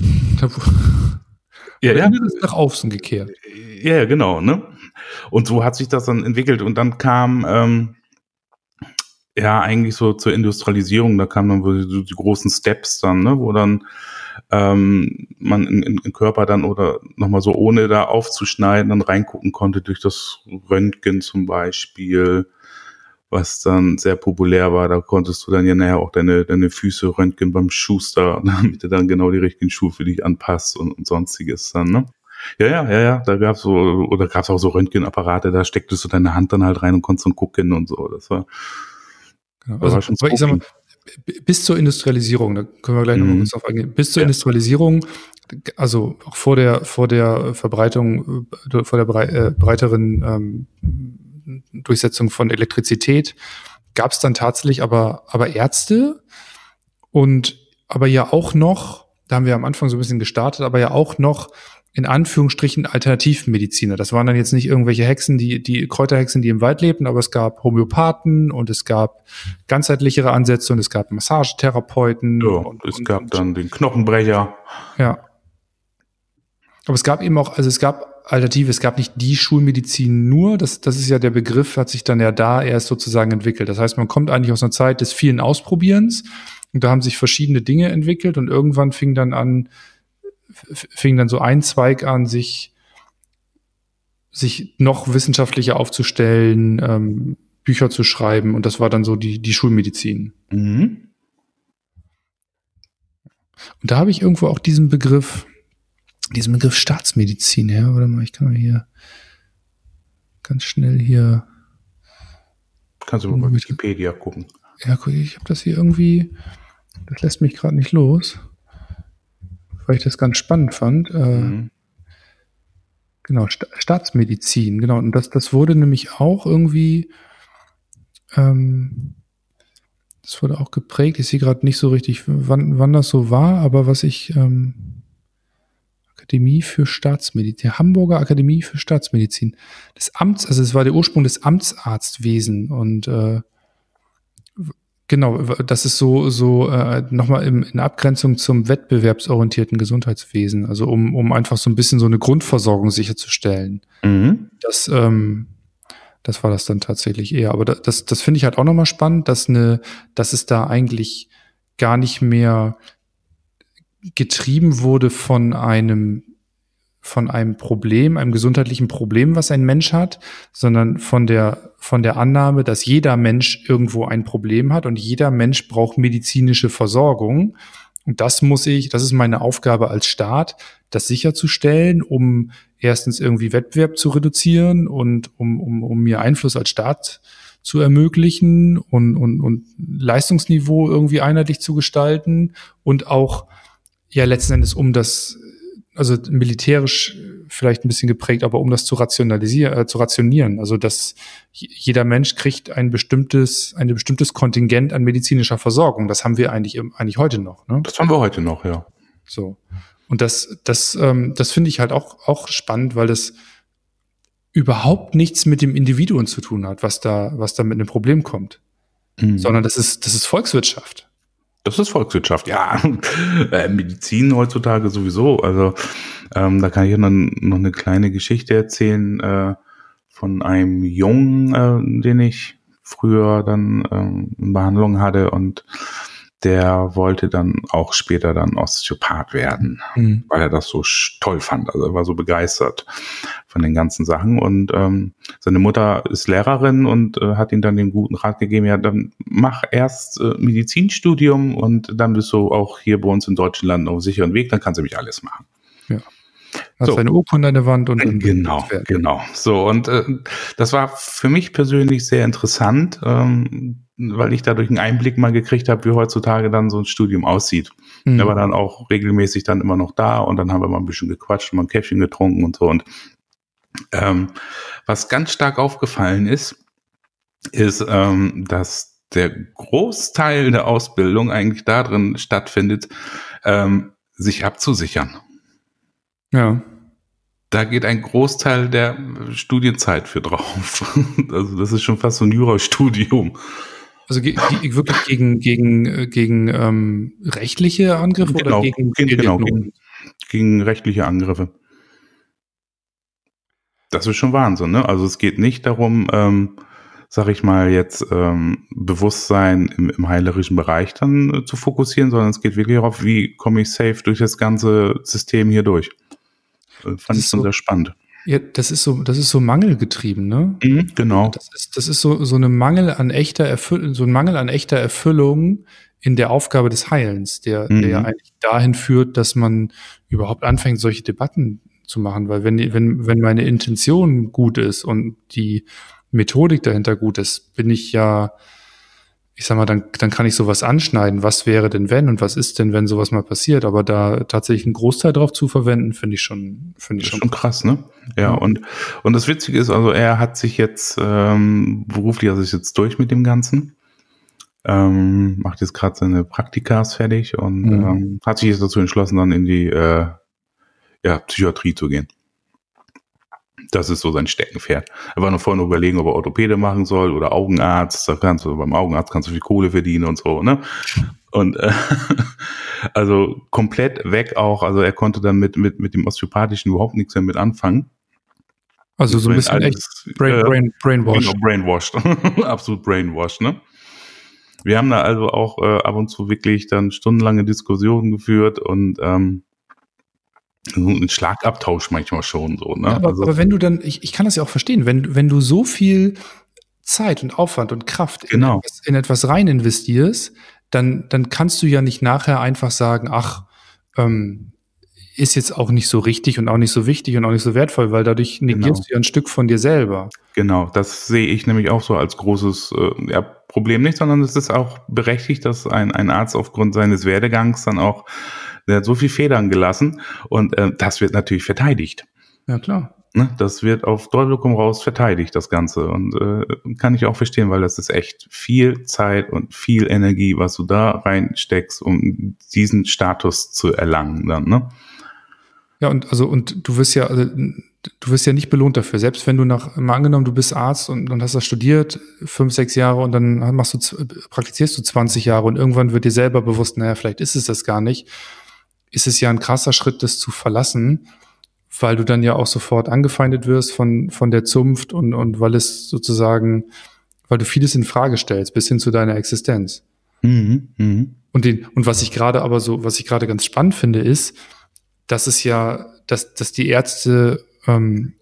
Ja, ja. Das ist nach außen gekehrt.
Ja, genau, ne? Und so hat sich das dann entwickelt und dann kam ähm, ja eigentlich so zur Industrialisierung, da kamen dann so die großen Steps dann, ne, wo dann ähm, man in, in, in Körper dann oder nochmal so ohne da aufzuschneiden dann reingucken konnte durch das Röntgen zum Beispiel, was dann sehr populär war. Da konntest du dann ja nachher auch deine, deine Füße röntgen beim Schuster, damit du dann genau die richtigen Schuhe für dich anpasst und, und sonstiges dann, ne? Ja, ja, ja, ja, da gab's so, oder gab's auch so Röntgenapparate, da stecktest du deine Hand dann halt rein und konntest dann gucken und so. Das war,
genau. Also, das war schon so. Ich sag mal, bis zur Industrialisierung, da können wir gleich mhm. noch mal kurz drauf eingehen, bis zur ja. Industrialisierung, also auch vor der, vor der Verbreitung, vor der brei- äh, breiteren ähm, Durchsetzung von Elektrizität, gab's dann tatsächlich aber, aber Ärzte und aber ja auch noch da haben wir am Anfang so ein bisschen gestartet, aber ja auch noch in Anführungsstrichen Alternativmediziner. Das waren dann jetzt nicht irgendwelche Hexen, die, die Kräuterhexen, die im Wald lebten, aber es gab Homöopathen und es gab ganzheitlichere Ansätze und es gab Massagetherapeuten.
Ja,
und
es
und,
gab
und,
dann den Knochenbrecher.
Ja. Aber es gab eben auch, also es gab Alternative, es gab nicht die Schulmedizin nur, das, das ist ja der Begriff, hat sich dann ja da erst sozusagen entwickelt. Das heißt, man kommt eigentlich aus einer Zeit des vielen Ausprobierens und da haben sich verschiedene Dinge entwickelt und irgendwann fing dann an, fing dann so ein Zweig an, sich, sich noch wissenschaftlicher aufzustellen, ähm, Bücher zu schreiben und das war dann so die, die Schulmedizin.
Mhm.
Und da habe ich irgendwo auch diesen Begriff, diesen Begriff Staatsmedizin her. Warte mal, ich kann mal hier ganz schnell hier.
Kannst du mal bei Wikipedia gucken.
Ja, guck, ich habe das hier irgendwie, das lässt mich gerade nicht los, weil ich das ganz spannend fand. Mhm. Äh, genau, Sta- Staatsmedizin, genau. Und das, das wurde nämlich auch irgendwie, ähm, das wurde auch geprägt. Ich sehe gerade nicht so richtig, wann, wann das so war, aber was ich, ähm, Akademie für Staatsmedizin, Hamburger Akademie für Staatsmedizin. Das Amts, also es war der Ursprung des Amtsarztwesen und äh, genau, das ist so so äh, nochmal in Abgrenzung zum wettbewerbsorientierten Gesundheitswesen, also um um einfach so ein bisschen so eine Grundversorgung sicherzustellen.
Mhm.
Das ähm, das war das dann tatsächlich eher. Aber das das finde ich halt auch nochmal spannend, dass eine, dass es da eigentlich gar nicht mehr getrieben wurde von einem von einem Problem, einem gesundheitlichen Problem, was ein Mensch hat, sondern von der von der Annahme, dass jeder Mensch irgendwo ein Problem hat und jeder Mensch braucht medizinische Versorgung. Und das muss ich, das ist meine Aufgabe als Staat, das sicherzustellen, um erstens irgendwie Wettbewerb zu reduzieren und um um um mir Einfluss als Staat zu ermöglichen und und und Leistungsniveau irgendwie einheitlich zu gestalten und auch ja letzten Endes um das, also militärisch vielleicht ein bisschen geprägt, aber um das zu rationalisieren, äh, zu rationieren. Also dass jeder Mensch kriegt ein bestimmtes, ein bestimmtes Kontingent an medizinischer Versorgung. Das haben wir eigentlich eigentlich heute noch. Ne?
Das haben wir heute noch, ja.
So. Und das, das, ähm, das finde ich halt auch auch spannend, weil das überhaupt nichts mit dem Individuum zu tun hat, was da, was da mit einem Problem kommt, mhm. sondern das ist, das ist Volkswirtschaft.
Das ist Volkswirtschaft, ja. äh, Medizin heutzutage sowieso. Also ähm, da kann ich dann noch eine kleine Geschichte erzählen äh, von einem Jungen, äh, den ich früher dann ähm, in Behandlung hatte und der wollte dann auch später dann Osteopath werden, mhm. weil er das so toll fand. Also er war so begeistert von den ganzen Sachen. Und ähm, seine Mutter ist Lehrerin und äh, hat ihm dann den guten Rat gegeben, ja, dann mach erst äh, Medizinstudium und dann bist du auch hier bei uns in Deutschland auf sicheren Weg, dann kannst du nämlich alles machen.
Ja. Hast so. Eine Urkunde an der Wand und dann
genau, genau. So, und äh, das war für mich persönlich sehr interessant, ähm, weil ich dadurch einen Einblick mal gekriegt habe, wie heutzutage dann so ein Studium aussieht. Mhm. Er war dann auch regelmäßig dann immer noch da und dann haben wir mal ein bisschen gequatscht, mal ein Käffchen getrunken und so. Und ähm, was ganz stark aufgefallen ist, ist, ähm, dass der Großteil der Ausbildung eigentlich darin stattfindet, ähm, sich abzusichern.
Ja.
Da geht ein Großteil der Studienzeit für drauf. Also das ist schon fast so ein Jurastudium.
Also ge- ge- wirklich gegen gegen gegen ähm, rechtliche Angriffe
genau,
oder gegen
gegen, genau, gegen, gegen rechtliche Angriffe. Das ist schon Wahnsinn, ne? Also es geht nicht darum, ähm, sag ich mal jetzt ähm, Bewusstsein im, im heilerischen Bereich dann äh, zu fokussieren, sondern es geht wirklich darauf, wie komme ich safe durch das ganze System hier durch. Äh, fand ich schon so, sehr spannend.
Ja, das ist so, das ist so mangelgetrieben, ne?
Mhm, genau.
Das ist, das ist so, so eine Mangel an echter Erfüllung, so ein Mangel an echter Erfüllung in der Aufgabe des Heilens, der, mhm. der ja eigentlich dahin führt, dass man überhaupt anfängt, solche Debatten zu machen, weil wenn, wenn, wenn meine Intention gut ist und die Methodik dahinter gut ist, bin ich ja, ich sag mal, dann, dann kann ich sowas anschneiden. Was wäre denn wenn und was ist denn, wenn sowas mal passiert? Aber da tatsächlich einen Großteil drauf zu verwenden, finde ich schon, finde ich
schon,
schon
krass, ne? Ja, ja, und, und das Witzige ist, also er hat sich jetzt, ähm, beruflich, also ist jetzt durch mit dem Ganzen. Ähm, macht jetzt gerade seine Praktikas fertig und mhm. ähm, hat sich jetzt dazu entschlossen, dann in die äh, ja, Psychiatrie zu gehen. Das ist so sein Steckenpferd. Er war noch vorhin überlegen, ob er Orthopäde machen soll oder Augenarzt. Da kannst du, beim Augenarzt kannst du viel Kohle verdienen und so, ne? Und äh, also komplett weg auch. Also er konnte dann mit mit mit dem Osteopathischen überhaupt nichts mehr mit anfangen.
Also so ein bisschen alles, echt brain, brain, brainwashed.
Genau, brainwashed. Absolut brainwashed, ne? Wir haben da also auch äh, ab und zu wirklich dann stundenlange Diskussionen geführt und ähm, ein Schlagabtausch manchmal schon so, ne?
Ja, aber,
also,
aber wenn du dann, ich, ich kann das ja auch verstehen, wenn, wenn du so viel Zeit und Aufwand und Kraft
genau.
in, etwas, in etwas rein investierst, dann, dann kannst du ja nicht nachher einfach sagen, ach, ähm, ist jetzt auch nicht so richtig und auch nicht so wichtig und auch nicht so wertvoll, weil dadurch negierst genau. du ja ein Stück von dir selber.
Genau, das sehe ich nämlich auch so als großes äh, ja, Problem nicht, sondern es ist auch berechtigt, dass ein, ein Arzt aufgrund seines Werdegangs dann auch, der hat so viel Federn gelassen und äh, das wird natürlich verteidigt.
Ja, klar.
Ne, das wird auf Teufel komm raus verteidigt, das Ganze. Und äh, kann ich auch verstehen, weil das ist echt viel Zeit und viel Energie, was du da reinsteckst, um diesen Status zu erlangen dann, ne?
Ja, und also und du wirst ja, also, du wirst ja nicht belohnt dafür. Selbst wenn du nach, mal angenommen, du bist Arzt und, und hast das studiert, fünf, sechs Jahre und dann machst du, praktizierst du zwanzig Jahre und irgendwann wird dir selber bewusst, naja, vielleicht ist es das gar nicht. Ist es ja ein krasser Schritt, das zu verlassen, weil du dann ja auch sofort angefeindet wirst von, von der Zunft und, und weil es sozusagen, weil du vieles in Frage stellst, bis hin zu deiner Existenz.
Mhm, mh.
Und den, und was ich gerade aber so, was ich gerade ganz spannend finde, ist, dass es ja, dass, dass die Ärzte, ähm,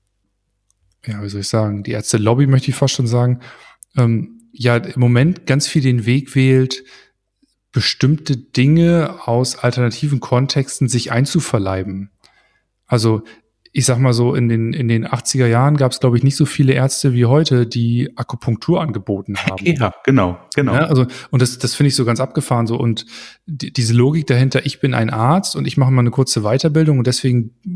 ja, wie soll ich sagen, die Ärzte-Lobby möchte ich fast schon sagen, ähm, ja, im Moment ganz viel den Weg wählt, bestimmte Dinge aus alternativen Kontexten sich einzuverleiben. Also, ich sag mal so, in den, in den achtziger Jahren gab es, glaube ich, nicht so viele Ärzte wie heute, die Akupunktur angeboten haben.
Ja, genau, genau.
Ja, also, und das, das finde ich so ganz abgefahren so. Und die, diese Logik dahinter, ich bin ein Arzt und ich mache mal eine kurze Weiterbildung und deswegen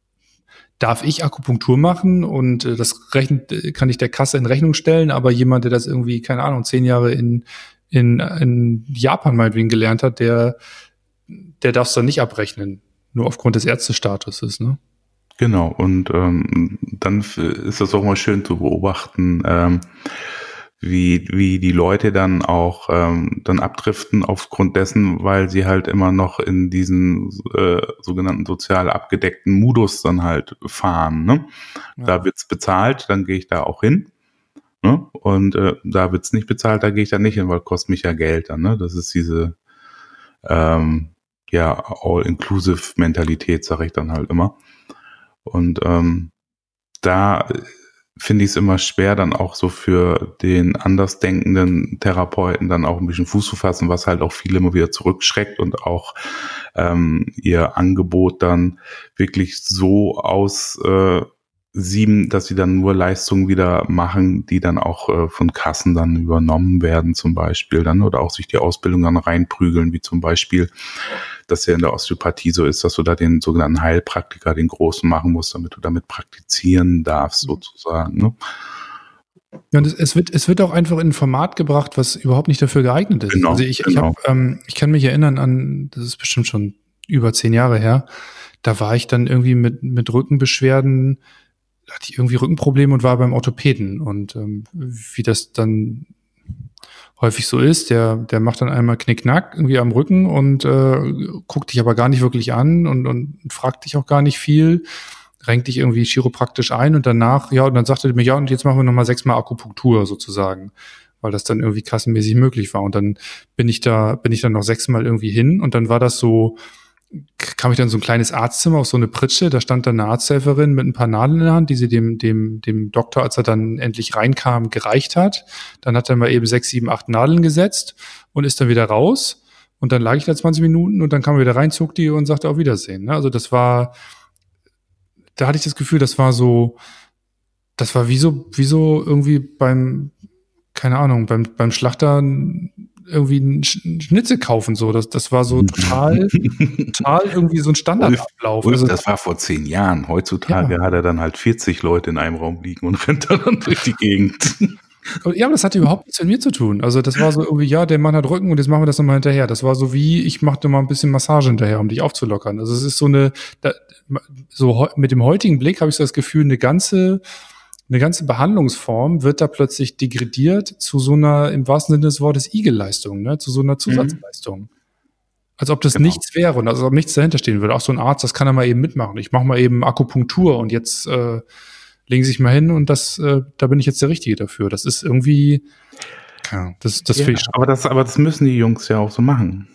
darf ich Akupunktur machen und äh, das rechnet, kann ich der Kasse in Rechnung stellen, aber jemand, der das irgendwie, keine Ahnung, zehn Jahre in, in, in Japan meinetwegen gelernt hat, der, der darf es dann nicht abrechnen. Nur aufgrund des Ärztestatuses, ne?
Genau, und ähm, dann ist das auch mal schön zu beobachten, ähm, wie wie die Leute dann auch ähm, dann abdriften aufgrund dessen, weil sie halt immer noch in diesen äh, sogenannten sozial abgedeckten Modus dann halt fahren, ne? Ja. Da wird's bezahlt, dann gehe ich da auch hin, ne? Und äh, da wird's nicht bezahlt, da gehe ich da nicht hin, weil kostet mich ja Geld dann, ne? Das ist diese ähm, ja, All-Inclusive-Mentalität, sage ich dann halt immer. Und ähm, da finde ich es immer schwer, dann auch so für den andersdenkenden Therapeuten dann auch ein bisschen Fuß zu fassen, was halt auch viele immer wieder zurückschreckt und auch ähm, ihr Angebot dann wirklich so aus äh, sieben, dass sie dann nur Leistungen wieder machen, die dann auch äh, von Kassen dann übernommen werden zum Beispiel dann oder auch sich die Ausbildung dann reinprügeln, wie zum Beispiel, dass ja in der Osteopathie so ist, dass du da den sogenannten Heilpraktiker, den großen machen musst, damit du damit praktizieren darfst sozusagen. Ne?
Ja, und es, es wird es wird auch einfach in ein Format gebracht, was überhaupt nicht dafür geeignet ist.
Genau,
also ich
genau.
ich, hab, ähm, ich kann mich erinnern an, das ist bestimmt schon über zehn Jahre her, da war ich dann irgendwie mit mit Rückenbeschwerden, hatte ich irgendwie Rückenprobleme und war beim Orthopäden. Und ähm, wie das dann häufig so ist, der der macht dann einmal Knickknack irgendwie am Rücken und äh, guckt dich aber gar nicht wirklich an und, und fragt dich auch gar nicht viel, renkt dich irgendwie chiropraktisch ein und danach, ja, und dann sagte er mir, ja, und jetzt machen wir nochmal sechsmal Akupunktur sozusagen, weil das dann irgendwie kassenmäßig möglich war. Und dann bin ich da, bin ich dann noch sechsmal irgendwie hin und dann war das so, kam ich dann so ein kleines Arztzimmer auf so eine Pritsche, da stand dann eine Arzthelferin mit ein paar Nadeln in der Hand, die sie dem dem dem Doktor, als er dann endlich reinkam, gereicht hat. Dann hat er mal eben sechs, sieben, acht Nadeln gesetzt und ist dann wieder raus. Und dann lag ich da zwanzig Minuten und dann kam er wieder rein, zog die und sagte auf Wiedersehen. Also das war, da hatte ich das Gefühl, das war so, das war wie so, wie so irgendwie beim, keine Ahnung, beim beim Schlachter irgendwie einen Schnitzel kaufen, so. Das, das war so total, total irgendwie so ein Standardablauf.
Also, das war vor zehn Jahren. Heutzutage ja. Hat er dann halt vierzig Leute in einem Raum liegen und rennt dann durch die Gegend.
Ja, aber das hatte überhaupt nichts mit mir zu tun. Also das war so irgendwie, ja, der Mann hat Rücken und jetzt machen wir das nochmal hinterher. Das war so wie, ich mache dir mal ein bisschen Massage hinterher, um dich aufzulockern. Also es ist so eine, da, so mit dem heutigen Blick habe ich so das Gefühl, eine ganze, eine ganze Behandlungsform wird da plötzlich degradiert zu so einer, im wahrsten Sinne des Wortes, Igelleistung, ne, zu so einer Zusatzleistung. Mhm. Als ob das genau. nichts wäre und als ob nichts dahinter stehen würde. Auch so ein Arzt, das kann er mal eben mitmachen. Ich mache mal eben Akupunktur und jetzt äh, legen Sie sich mal hin und das, äh, da bin ich jetzt der Richtige dafür. Das ist irgendwie, ja, das, das
ja,
finde ich.
Aber das, aber das müssen die Jungs ja auch so machen.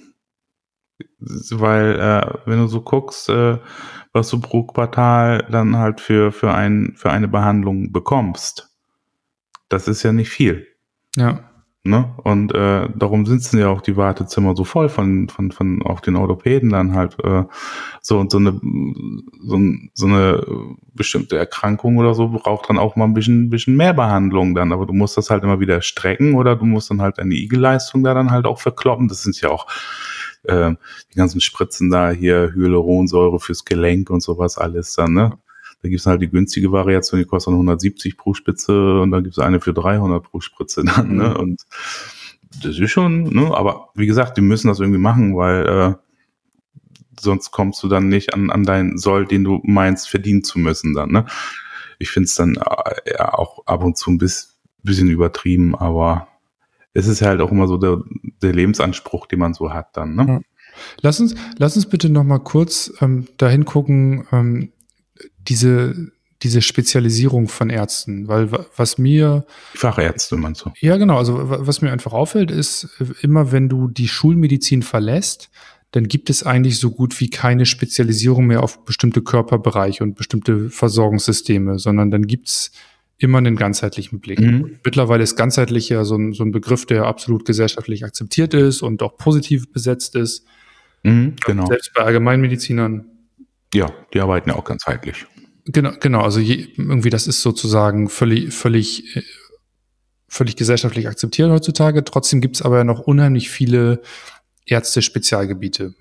Weil, äh, wenn du so guckst, äh, was du pro Quartal dann halt für, für ein, für eine Behandlung bekommst, das ist ja nicht viel.
Ja.
Ne? Und äh, darum sitzen ja auch die Wartezimmer so voll von von von auch den Orthopäden dann halt äh, so so eine so, so eine bestimmte Erkrankung oder so braucht dann auch mal ein bisschen bisschen mehr Behandlung dann, aber du musst das halt immer wieder strecken oder du musst dann halt eine Igelleistung da dann halt auch verkloppen. Das sind ja auch äh, die ganzen Spritzen da hier, Hyaluronsäure fürs Gelenk und sowas alles dann, ne? Da gibt's halt die günstige Variation, die kostet dann hundertsiebzig pro Spritze und dann gibt's eine für dreihundert pro Spritze dann, ne? Und das ist schon, ne? Aber wie gesagt, die müssen das irgendwie machen, weil äh, sonst kommst du dann nicht an, an deinen Soll, den du meinst, verdienen zu müssen dann, ne? Ich find's dann äh, ja auch ab und zu ein bisschen übertrieben, aber es ist halt auch immer so der, der Lebensanspruch, den man so hat dann, ne?
Ja. Lass uns, lass uns bitte noch mal kurz ähm, dahin gucken, ähm, diese, diese Spezialisierung von Ärzten, weil was mir...
Fachärzte, meinst du?
Ja, genau, also was mir einfach auffällt, ist, immer wenn du die Schulmedizin verlässt, dann gibt es eigentlich so gut wie keine Spezialisierung mehr auf bestimmte Körperbereiche und bestimmte Versorgungssysteme, sondern dann gibt's immer einen ganzheitlichen Blick. Mhm. Mittlerweile ist ganzheitlich ja so ein, so ein Begriff, der absolut gesellschaftlich akzeptiert ist und auch positiv besetzt ist.
Mhm, genau.
Selbst bei Allgemeinmedizinern.
Ja, die arbeiten ja auch ganzheitlich.
Genau, genau. Also je, irgendwie das ist sozusagen völlig, völlig, völlig gesellschaftlich akzeptiert heutzutage. Trotzdem gibt es aber ja noch unheimlich viele Ärzte-Spezialgebiete.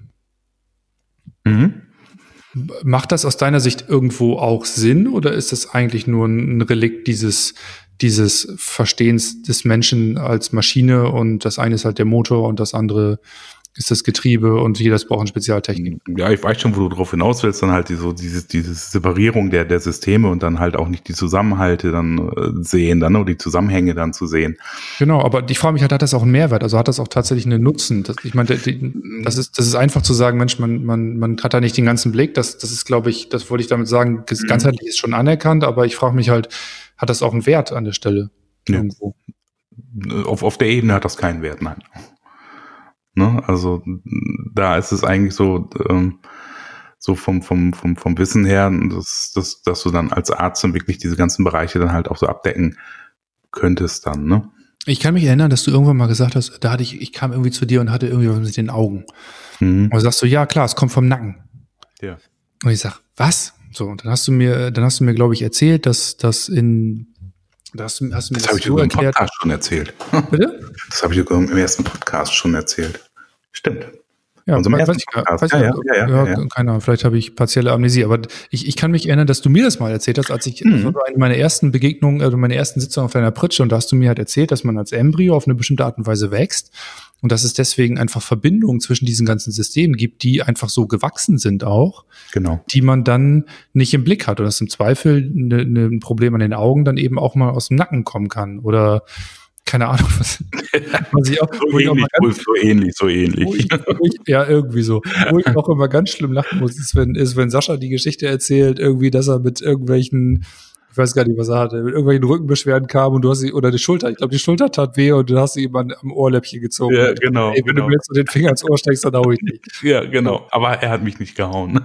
Mhm.
Macht das aus deiner Sicht irgendwo auch Sinn oder ist das eigentlich nur ein Relikt dieses, dieses Verstehens des Menschen als Maschine und das eine ist halt der Motor und das andere ist das Getriebe und jedes braucht eine Spezialtechnik?
Ja, ich weiß schon, wo du drauf hinaus willst, dann halt die, so diese, diese Separierung der, der Systeme und dann halt auch nicht die Zusammenhalte dann äh, sehen, dann oder die Zusammenhänge dann zu sehen.
Genau, aber ich frage mich halt, hat das auch einen Mehrwert? Also hat das auch tatsächlich einen Nutzen? Das, ich meine, das ist, das ist einfach zu sagen, Mensch, man, man, man hat da nicht den ganzen Blick. Das, das ist, glaube ich, das wollte ich damit sagen, ganzheitlich ist schon anerkannt, aber ich frage mich halt, hat das auch einen Wert an der Stelle?
Ja. Auf, auf der Ebene hat das keinen Wert, nein. Ne? Also da ist es eigentlich so, ähm, so vom, vom, vom, vom Wissen her, dass, dass, dass du dann als Arzt dann wirklich diese ganzen Bereiche dann halt auch so abdecken könntest dann, ne?
Ich kann mich erinnern, dass du irgendwann mal gesagt hast, da hatte ich, ich kam irgendwie zu dir und hatte irgendwie was mit den Augen. Mhm. Und dann sagst du, ja klar, es kommt vom Nacken.
Ja.
Und ich sag, was? So, und dann hast du mir, dann hast du mir, glaube ich, erzählt, dass das in Das, hast du, hast du mir
das, das habe ich dir im Podcast schon erzählt.
Bitte?
Das habe ich dir im ersten Podcast schon erzählt. Stimmt.
Ja, weiß ich, weiß ja, ja, ja, ja, ja, ja. Keine Ahnung, vielleicht habe ich partielle Amnesie, aber ich, ich kann mich erinnern, dass du mir das mal erzählt hast, als ich, mhm. das war eine meiner ersten Begegnungen, also meine ersten Sitzungen auf deiner Pritsche und da hast du mir halt erzählt, dass man als Embryo auf eine bestimmte Art und Weise wächst und dass es deswegen einfach Verbindungen zwischen diesen ganzen Systemen gibt, die einfach so gewachsen sind auch,
genau,
die man dann nicht im Blick hat und dass im Zweifel ne, ne, ein Problem an den Augen dann eben auch mal aus dem Nacken kommen kann oder keine Ahnung, was, was ich auch,
so, ähnlich, auch ganz, so ähnlich, so ähnlich.
Wo ich, wo ich, ja, irgendwie so. Wo ich auch immer ganz schlimm lachen muss, ist, wenn, ist, wenn Sascha die Geschichte erzählt, irgendwie, dass er mit irgendwelchen, ich weiß gar nicht, was er hatte, mit irgendwelchen Rückenbeschwerden kam und du hast sie, oder die Schulter, ich glaube, die Schulter tat weh und du hast sie ihm am Ohrläppchen gezogen.
Ja, genau.
Ey, wenn
genau.
du mir jetzt so den Finger ins Ohr steckst, dann hau ich nicht.
Ja, genau. Aber er hat mich nicht gehauen.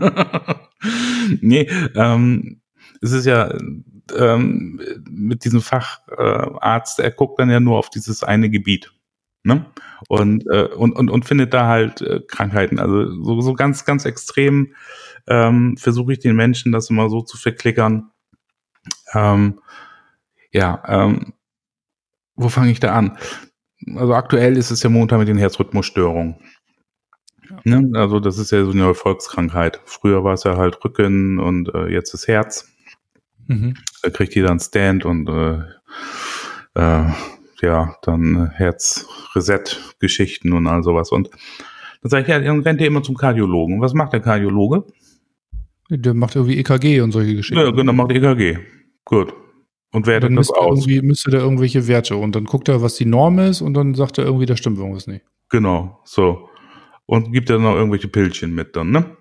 Nee, ähm, es ist ja, ähm, mit diesem Facharzt, äh, er guckt dann ja nur auf dieses eine Gebiet, ne? Und äh, und und und findet da halt äh, Krankheiten. Also so so ganz ganz extrem ähm, versuche ich den Menschen das immer so zu verklickern. Ähm, ja, ähm, wo fange ich da an? Also aktuell ist es ja momentan mit den Herzrhythmusstörungen. Ja. Ne? Also das ist ja so eine Volkskrankheit. Früher war es ja halt Rücken und äh, jetzt das Herz. Mhm. Da kriegt jeder einen Stand und äh, äh, ja, dann Herz-Reset-Geschichten und all sowas. Und dann sage ich, ja, dann rennt ihr immer zum Kardiologen. Und was macht der Kardiologe?
Der macht irgendwie E K G und solche Geschichten.
Ja, genau, macht E K G. Gut. Und wertet
dann
das aus.
Irgendwie müsste der irgendwelche Werte und dann guckt er, was die Norm ist und dann sagt er irgendwie, da stimmt irgendwas nicht.
Genau, so. Und gibt er noch irgendwelche Pillchen mit dann, ne?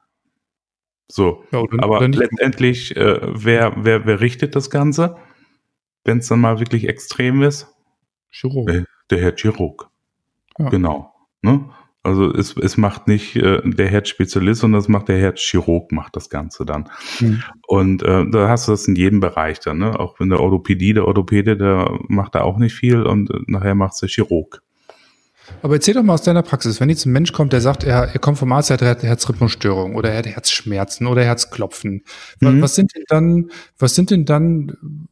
So.
Ja, oder,
aber
oder nicht.
letztendlich, äh, wer, wer, wer richtet das Ganze, wenn es dann mal wirklich extrem ist?
Chirurg.
Der, der Herr Chirurg.
Ja.
Genau. Ne? Also es, es macht nicht äh, der Herzspezialist, sondern das macht der Herzchirurg, macht das Ganze dann. Mhm. Und äh, da hast du das in jedem Bereich dann, ne? Auch in der Orthopädie, der Orthopäde, der macht da auch nicht viel und äh, nachher macht es der Chirurg.
Aber erzähl doch mal aus deiner Praxis, wenn jetzt ein Mensch kommt, der sagt, er, er kommt vom Arzt, er hat Herzrhythmusstörung oder er hat Herzschmerzen oder Herzklopfen. Mhm. Was sind denn dann, was sind denn dann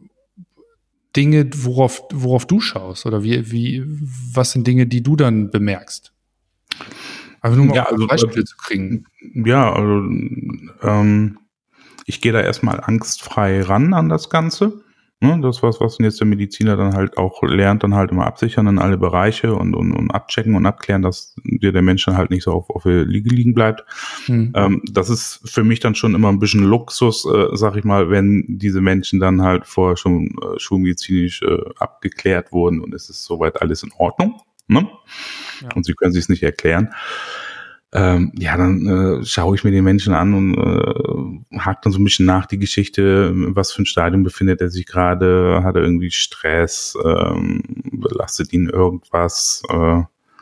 Dinge, worauf, worauf du schaust? Oder wie, wie, was sind Dinge, die du dann bemerkst? Einfach nur mal
ja, also,
Beispiele zu kriegen.
Ja, also ähm, ich gehe da erstmal angstfrei ran an das Ganze. Ne, das was, was jetzt der Mediziner dann halt auch lernt, dann halt immer absichern in alle Bereiche und, und, und abchecken und abklären, dass dir der Mensch dann halt nicht so auf, auf der Liege liegen bleibt. Hm. Ähm, das ist für mich dann schon immer ein bisschen Luxus, äh, sag ich mal, wenn diese Menschen dann halt vorher schon äh, schulmedizinisch äh, abgeklärt wurden und es ist soweit alles in Ordnung. Ne? Ja. Und sie können sich es nicht erklären. Ähm, ja, dann äh, schaue ich mir den Menschen an und äh, hake dann so ein bisschen nach die Geschichte, was für ein Stadium befindet er sich gerade, hat er irgendwie Stress, ähm, belastet ihn irgendwas äh,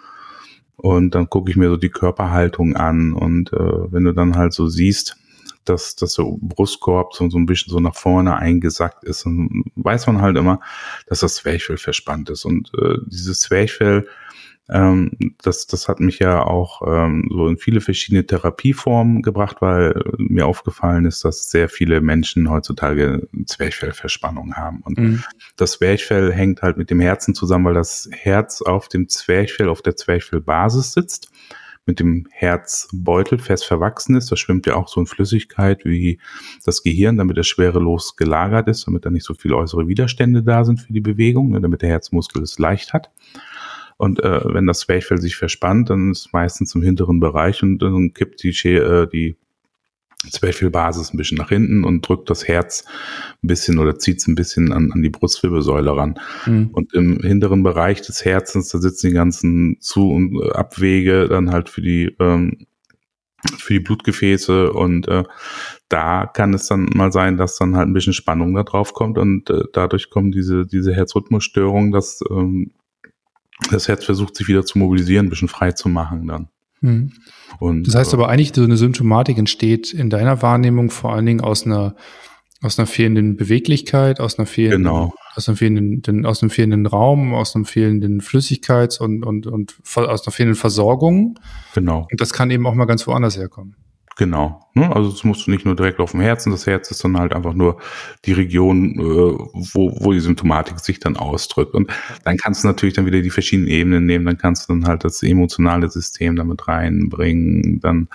und dann gucke ich mir so die Körperhaltung an und äh, wenn du dann halt so siehst, dass, dass der Brustkorb so, so ein bisschen so nach vorne eingesackt ist, dann weiß man halt immer, dass das Zwerchfell verspannt ist und äh, dieses Zwerchfell Ähm, das, das hat mich ja auch ähm, so in viele verschiedene Therapieformen gebracht, weil mir aufgefallen ist, dass sehr viele Menschen heutzutage Zwerchfellverspannung haben. Und mhm. das Zwerchfell hängt halt mit dem Herzen zusammen, weil das Herz auf dem Zwerchfell, auf der Zwerchfellbasis sitzt, mit dem Herzbeutel fest verwachsen ist. Das schwimmt ja auch so in Flüssigkeit wie das Gehirn, damit er schwerelos gelagert ist, damit da nicht so viele äußere Widerstände da sind für die Bewegung, ne, damit der Herzmuskel es leicht hat. Und äh, wenn das Zwerchfell sich verspannt, dann ist es meistens im hinteren Bereich und dann kippt die, äh, die Zwerchfellbasis ein bisschen nach hinten und drückt das Herz ein bisschen oder zieht es ein bisschen an, an die Brustwirbelsäule ran. Mhm. Und im hinteren Bereich des Herzens, da sitzen die ganzen Zu- und Abwege dann halt für die ähm, für die Blutgefäße und äh, da kann es dann mal sein, dass dann halt ein bisschen Spannung da drauf kommt und äh, dadurch kommen diese diese Herzrhythmusstörungen, dass ähm, das Herz versucht, sich wieder zu mobilisieren, ein bisschen frei zu machen dann.
Hm. Und, das heißt aber eigentlich, so eine Symptomatik entsteht in deiner Wahrnehmung vor allen Dingen aus einer, aus einer fehlenden Beweglichkeit, aus einer fehlenden,
genau.
aus einem fehlenden, aus einem fehlenden Raum, aus einem fehlenden Flüssigkeits- und, und, und aus einer fehlenden Versorgung.
Genau.
Und das kann eben auch mal ganz woanders herkommen.
Genau. Also es musst du nicht nur direkt auf dem Herzen, das Herz ist dann halt einfach nur die Region, wo, wo die Symptomatik sich dann ausdrückt. Und dann kannst du natürlich dann wieder die verschiedenen Ebenen nehmen, dann kannst du dann halt das emotionale System damit reinbringen, dann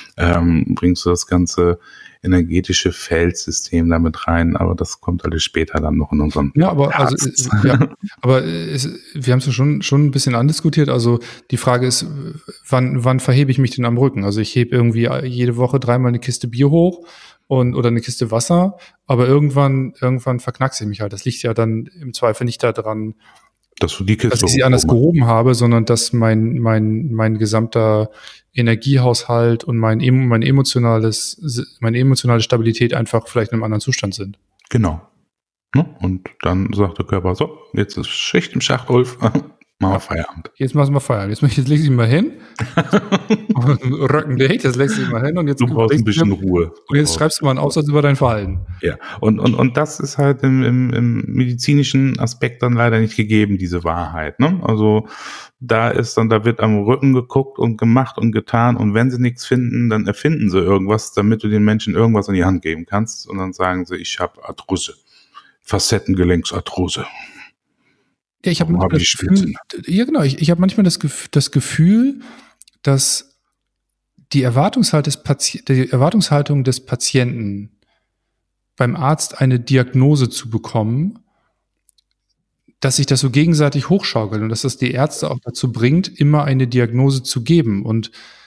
ähm, bringst du das ganze energetische Feldsystem damit rein, aber das kommt alles später dann noch in unserem
Ja, aber also ja, aber es, wir haben es ja schon schon ein bisschen andiskutiert. Also die Frage ist, wann wann verhebe ich mich denn am Rücken? Also ich hebe irgendwie jede Woche dreimal eine Kiste Bier hoch und oder eine Kiste Wasser, aber irgendwann irgendwann verknackse ich mich halt. Das liegt ja dann im Zweifel nicht daran,
dass du die Kiste
dass ich sie anders gehoben habe, sondern dass mein mein mein gesamter Energiehaushalt und mein mein emotionales meine emotionale Stabilität einfach vielleicht in einem anderen Zustand sind.
Genau. Und dann sagt der Körper so, jetzt ist Schicht im Schacht, Ulf, machen wir Feierabend.
Jetzt machen wir Feierabend. Jetzt, jetzt legst du dich mal hin. Rücken dicht, jetzt legst du dich mal hin und jetzt
du brauchst ein bisschen Ruhe.
Und jetzt schreibst du mal einen Aufsatz über dein Verhalten.
Ja, und, und, und das ist halt im, im, im medizinischen Aspekt dann leider nicht gegeben, diese Wahrheit. Ne? Also da ist dann, da wird am Rücken geguckt und gemacht und getan und wenn sie nichts finden, dann erfinden sie irgendwas, damit du den Menschen irgendwas in die Hand geben kannst und dann sagen sie, ich habe Arthrose, Facettengelenksarthrose.
Ja, ich habe manchmal, das Gefühl, ja, genau, ich, ich hab manchmal das, das Gefühl, dass die Erwartungshaltung des, Pati- die Erwartungshaltung des Patienten beim Arzt eine Diagnose zu bekommen, dass sich das so gegenseitig hochschaukelt und dass das die Ärzte auch dazu bringt, immer eine Diagnose zu geben. Und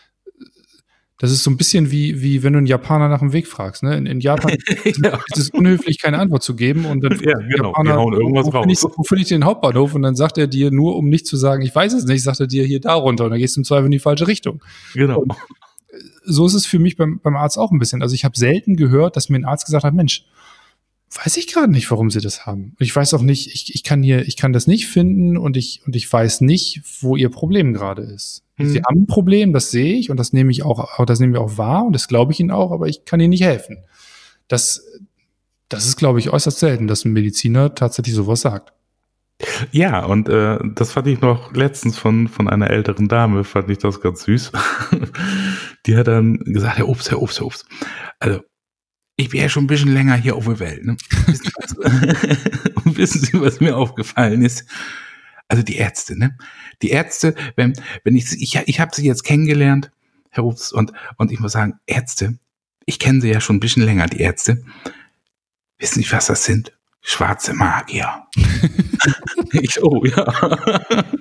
das ist so ein bisschen wie, wie wenn du einen Japaner nach dem Weg fragst. Ne? In, in Japan ja. ist es unhöflich, keine Antwort zu geben. Und dann
ja, genau.
Japaner,
die hauen irgendwas
wo,
raus.
Finde ich, wo finde ich den Hauptbahnhof? Und dann sagt er dir, nur um nicht zu sagen, ich weiß es nicht, sagt er dir hier da runter. Und dann gehst du im Zweifel in die falsche Richtung.
Genau.
Und so ist es für mich beim, beim Arzt auch ein bisschen. Also ich habe selten gehört, dass mir ein Arzt gesagt hat, Mensch, weiß ich gerade nicht, warum sie das haben. Und ich weiß auch nicht, ich, ich kann hier, ich kann das nicht finden und ich, und ich weiß nicht, wo ihr Problem gerade ist. Mhm. Sie haben ein Problem, das sehe ich und das nehme ich auch, das nehmen wir auch wahr und das glaube ich ihnen auch, aber ich kann ihnen nicht helfen. Das, das ist, glaube ich, äußerst selten, dass ein Mediziner tatsächlich sowas sagt.
Ja, und äh, das fand ich noch letztens von von einer älteren Dame, fand ich das ganz süß. Die hat dann gesagt, Herr Obst, Herr Obst, Herr Obst, also ich bin ja schon ein bisschen länger hier auf der Welt. Ne? Und wissen Sie, was mir aufgefallen ist? Also die Ärzte, ne? Die Ärzte, wenn wenn ich ich ich habe sie jetzt kennengelernt, Herr Obst, und und ich muss sagen, Ärzte, ich kenne sie ja schon ein bisschen länger, die Ärzte. Wissen Sie, was das sind? Schwarze Magier. Ich, oh, ja.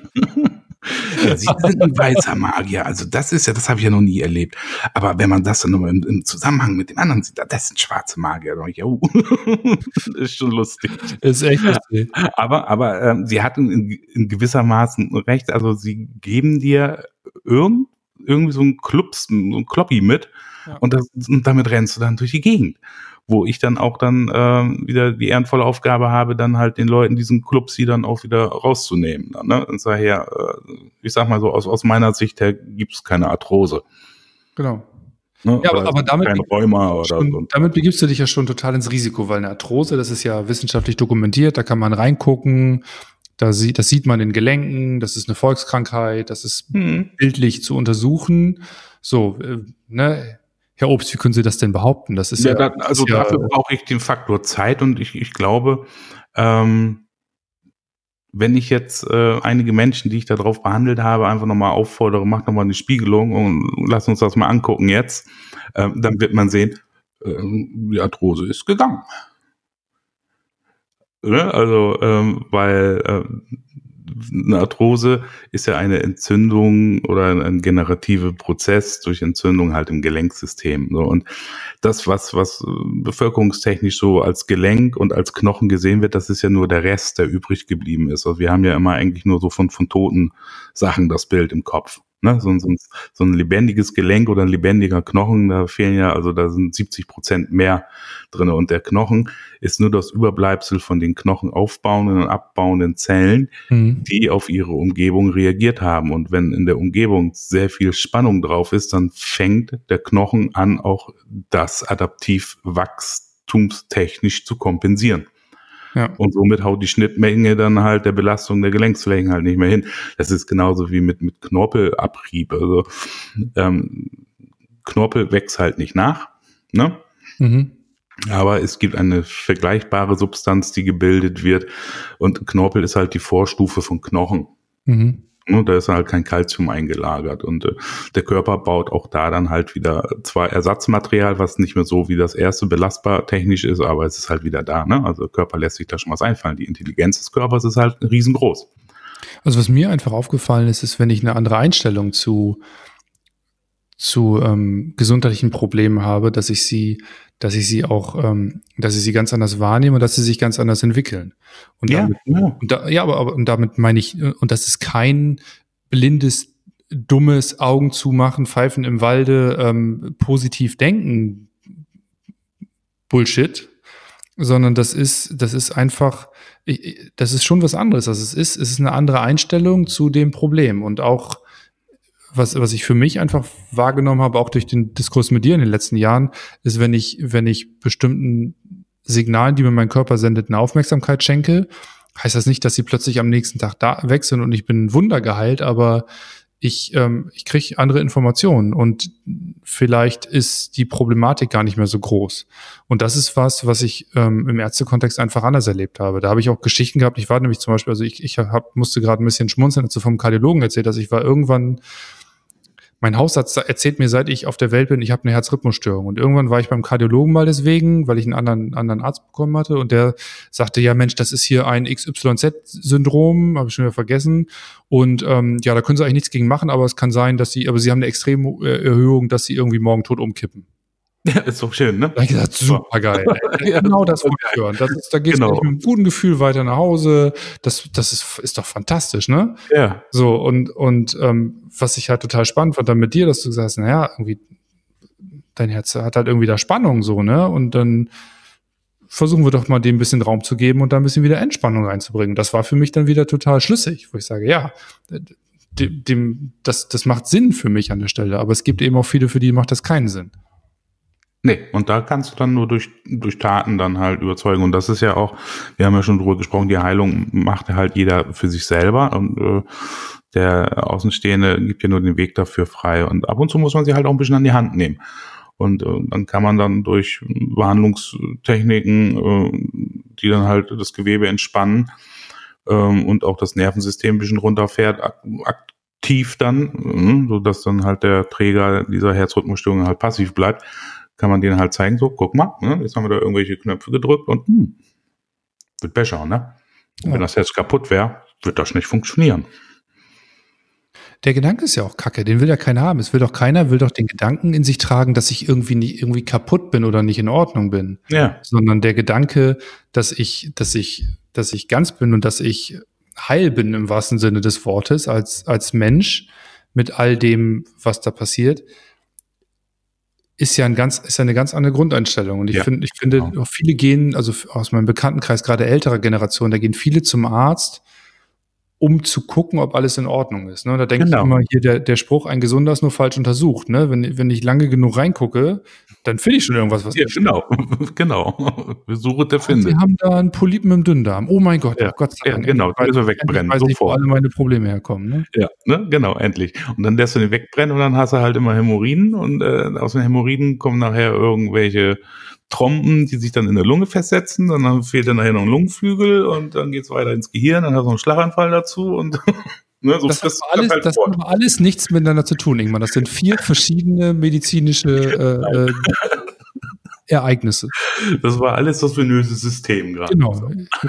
Ja, Sie sind ein weißer Magier. Also das ist ja, das habe ich ja noch nie erlebt. Aber wenn man das dann nochmal im, im Zusammenhang mit dem anderen sieht, das sind schwarze Magier. Dann ich, oh. Das ist schon lustig.
Ist echt lustig.
Aber, aber ähm, Sie hatten in, in gewissermaßen recht. Also Sie geben dir irgend, irgendwie so einen Klups, so einen Kloppi mit, ja. und, das, und damit rennst du dann durch die Gegend. Wo ich dann auch dann äh, wieder die ehrenvolle Aufgabe habe, dann halt den Leuten diesen Clubs die dann auch wieder rauszunehmen. Dann, ne? Und daher, äh, ich sag mal so, aus, aus meiner Sicht her gibt's keine Arthrose.
Genau.
Ne?
Ja, aber, aber damit,
kein Rheuma oder
schon,
so.
damit begibst du dich ja schon total ins Risiko, weil eine Arthrose, das ist ja wissenschaftlich dokumentiert, da kann man reingucken, da sieht, das sieht man in Gelenken, das ist eine Volkskrankheit, das ist hm. bildlich zu untersuchen. So, äh, ne, Herr Obst, wie können Sie das denn behaupten? Das ist ja,
ja da, also
ist
dafür
ja,
brauche ich den Faktor Zeit und ich, ich glaube, ähm, wenn ich jetzt äh, einige Menschen, die ich da drauf behandelt habe, einfach nochmal auffordere, mach nochmal eine Spiegelung und lass uns das mal angucken jetzt, äh, dann wird man sehen, äh, die Arthrose ist gegangen. Ne? Also, ähm, weil äh, eine Arthrose ist ja eine Entzündung oder ein generativer Prozess durch Entzündung halt im Gelenksystem. So. Und das, was, was bevölkerungstechnisch so als Gelenk und als Knochen gesehen wird, das ist ja nur der Rest, der übrig geblieben ist. Also wir haben ja immer eigentlich nur so von, von toten Sachen das Bild im Kopf. Ne? So, so, so ein lebendiges Gelenk oder ein lebendiger Knochen, da fehlen ja, also da sind siebzig Prozent mehr drin. Und der Knochen ist nur das Überbleibsel von den knochenaufbauenden und abbauenden Zellen, mhm. die auf ihre Umgebung reagiert haben. Und wenn in der Umgebung sehr viel Spannung drauf ist, dann fängt der Knochen an, auch das adaptiv wachstumstechnisch zu kompensieren. Ja. Und somit haut die Schnittmenge dann halt der Belastung der Gelenksflächen halt nicht mehr hin. Das ist genauso wie mit, mit Knorpelabrieb. Also ähm, Knorpel wächst halt nicht nach, ne? Mhm. Aber es gibt eine vergleichbare Substanz, die gebildet wird. Und Knorpel ist halt die Vorstufe von Knochen. Mhm. Und da ist halt kein Kalzium eingelagert. Und äh, der Körper baut auch da dann halt wieder zwar Ersatzmaterial, was nicht mehr so wie das erste belastbar technisch ist, aber es ist halt wieder da. Ne? Also der Körper lässt sich da schon was einfallen. Die Intelligenz des Körpers ist halt riesengroß.
Also was mir einfach aufgefallen ist, ist, wenn ich eine andere Einstellung zu zu ähm, gesundheitlichen Problemen habe, dass ich sie, dass ich sie auch, ähm, dass ich sie ganz anders wahrnehme und dass sie sich ganz anders entwickeln. Und
ja,
damit,
ja.
Und da, ja, aber, aber und damit meine ich, und das ist kein blindes, dummes Augen zumachen, Pfeifen im Walde, ähm, positiv denken, Bullshit, sondern das ist, das ist einfach, ich, das ist schon was anderes. Also es ist, es ist eine andere Einstellung zu dem Problem und auch Was, was ich für mich einfach wahrgenommen habe, auch durch den Diskurs mit dir in den letzten Jahren, ist, wenn ich, wenn ich bestimmten Signalen, die mir mein Körper sendet, eine Aufmerksamkeit schenke, heißt das nicht, dass sie plötzlich am nächsten Tag da weg sind und ich bin wundergeheilt, aber ich, ähm, ich kriege andere Informationen und vielleicht ist die Problematik gar nicht mehr so groß. Und das ist was, was ich ähm, im Ärztekontext einfach anders erlebt habe. Da habe ich auch Geschichten gehabt. Ich war nämlich zum Beispiel, also ich, ich hab, musste gerade ein bisschen schmunzeln, als du vom Kardiologen erzählt hast. Ich war irgendwann mein Hausarzt erzählt mir, seit ich auf der Welt bin, ich habe eine Herzrhythmusstörung. Und irgendwann war ich beim Kardiologen mal deswegen, weil ich einen anderen, anderen Arzt bekommen hatte. Und der sagte, ja Mensch, das ist hier ein X Y Z-Syndrom, habe ich schon wieder vergessen. Und ähm, ja, da können Sie eigentlich nichts gegen machen, aber es kann sein, dass Sie, aber Sie haben eine extreme Erhöhung, dass Sie irgendwie morgen tot umkippen.
Ja, ist doch schön, ne?
Da habe ich gesagt, super geil. Ja, genau das wollte ich hören. Das ist, da gehst du
Genau.
mit einem guten Gefühl weiter nach Hause. Das, das ist, ist doch fantastisch, ne?
Ja.
So, und, und ähm, was ich halt total spannend fand dann mit dir, dass du gesagt hast, naja, irgendwie, dein Herz hat halt irgendwie da Spannung so, ne? Und dann versuchen wir doch mal dem ein bisschen Raum zu geben und da ein bisschen wieder Entspannung reinzubringen. Das war für mich dann wieder total schlüssig, wo ich sage, ja, dem, dem, das, das macht Sinn für mich an der Stelle. Aber es gibt eben auch viele, für die macht das keinen Sinn.
Nee, und da kannst du dann nur durch, durch Taten dann halt überzeugen. Und das ist ja auch, wir haben ja schon drüber gesprochen, die Heilung macht halt jeder für sich selber. Und äh, der Außenstehende gibt ja nur den Weg dafür frei. Und ab und zu muss man sie halt auch ein bisschen an die Hand nehmen. Und äh, dann kann man dann durch Behandlungstechniken, äh, die dann halt das Gewebe entspannen äh, und auch das Nervensystem ein bisschen runterfährt, ak- aktiv dann, äh, sodass dann halt der Träger dieser Herzrhythmusstörung halt passiv bleibt, kann man denen halt zeigen, so, guck mal, ne, jetzt haben wir da irgendwelche Knöpfe gedrückt und hm, wird besser, ne? Und
Ja.
wenn das jetzt kaputt wäre, wird das nicht funktionieren.
Der Gedanke ist ja auch kacke, den will ja keiner haben. Es will doch keiner, will doch den Gedanken in sich tragen, dass ich irgendwie nicht irgendwie kaputt bin oder nicht in Ordnung bin.
Ja.
Sondern der Gedanke, dass ich, dass ich, dass ich ganz bin und dass ich heil bin im wahrsten Sinne des Wortes als, als Mensch mit all dem, was da passiert, ist ja ein ganz, ist ja eine ganz andere Grundeinstellung. Und ich
Ja,
finde, ich finde,
genau.
auch viele gehen, also aus meinem Bekanntenkreis, gerade älterer Generation, da gehen viele zum Arzt, um zu gucken, ob alles in Ordnung ist. Ne? Da denke
Genau.
ich immer hier der, der Spruch, ein Gesunder ist nur falsch untersucht. Ne? Wenn, wenn ich lange genug reingucke, dann finde ich schon irgendwas, was
Ja,
nicht
genau, genau. Besuche der
stimmt. Sie
findet.
haben da einen Polypen im Dünndarm. Oh mein Gott,
Ja,
oh Gott sei
ja,
Dank.
genau,
Endlich weiß-
müssen wir
endlich
wegbrennen,
weiß ich, wo
sofort.
alle meine Probleme herkommen. Ne?
Ja, ne, genau, endlich. Und dann lässt du den wegbrennen und dann hast du halt immer Hämorrhoiden und äh, aus den Hämorrhoiden kommen nachher irgendwelche Trompen, die sich dann in der Lunge festsetzen und dann fehlt dann nachher noch ein Lungenflügel und dann geht's weiter ins Gehirn, dann hast du noch einen Schlaganfall dazu und ne, so
Das hat,
frisst
aber alles,
halt
das
fort.
hat aber alles nichts miteinander zu tun, Ingmar. Das sind vier verschiedene medizinische äh, äh, Ereignisse.
Das war alles das venöse System gerade.
Genau.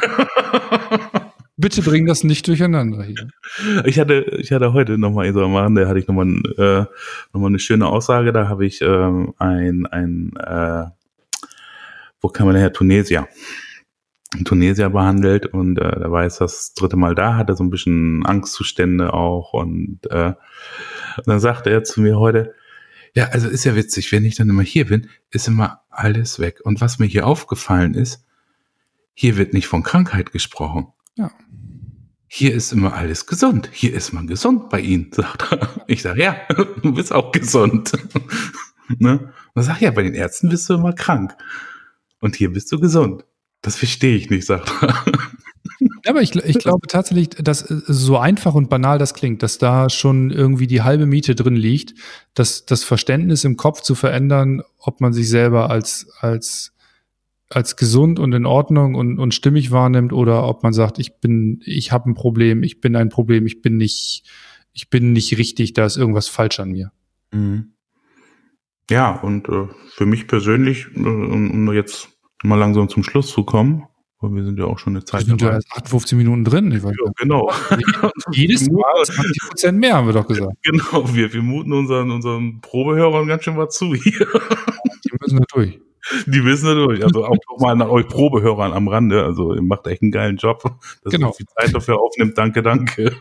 Bitte bring das nicht durcheinander hier.
Ich hatte, ich hatte heute nochmal, so am Rande hatte ich nochmal äh, noch mal eine schöne Aussage, da habe ich ähm, ein, ein äh, wo kam man her? Tunesier. In Tunesier behandelt und äh, da war jetzt das dritte Mal da, hatte so ein bisschen Angstzustände auch und, äh, und dann sagte er zu mir heute, ja, also ist ja witzig, wenn ich dann immer hier bin, ist immer alles weg. Und was mir hier aufgefallen ist, hier wird nicht von Krankheit gesprochen.
Ja.
Hier ist immer alles gesund. Hier ist man gesund bei Ihnen, sagt er. Ich sage, ja, du bist auch gesund. Ne? Und er sagt, ja, bei den Ärzten bist du immer krank. Und hier bist du gesund. Das verstehe ich nicht, sagt er.
Ja, aber ich, ich glaube tatsächlich, dass äh, so einfach und banal das klingt, dass da schon irgendwie die halbe Miete drin liegt, dass das Verständnis im Kopf zu verändern, ob man sich selber als, als, als gesund und in Ordnung und, und stimmig wahrnimmt oder ob man sagt, ich bin, ich habe ein Problem, ich bin ein Problem, ich bin nicht, ich bin nicht richtig, da ist irgendwas falsch an mir.
Mhm. Ja, und äh, für mich persönlich, äh, um, um jetzt mal langsam zum Schluss zu kommen, weil wir sind ja auch schon eine
Wir
Zeit
sind ja
dabei.
erst achtundfünfzig Minuten drin. Ich weiß
Ja, genau.
jedes Mal zwanzig Prozent mehr, haben wir doch gesagt.
Genau, wir, wir muten unseren, unseren Probehörern ganz schön was zu hier.
Die müssen da durch.
Die wissen natürlich, also auch noch mal nach euch Probehörern am Rande, also ihr macht echt einen geilen Job, dass
Genau.
ihr so viel Zeit dafür aufnimmt, danke, danke.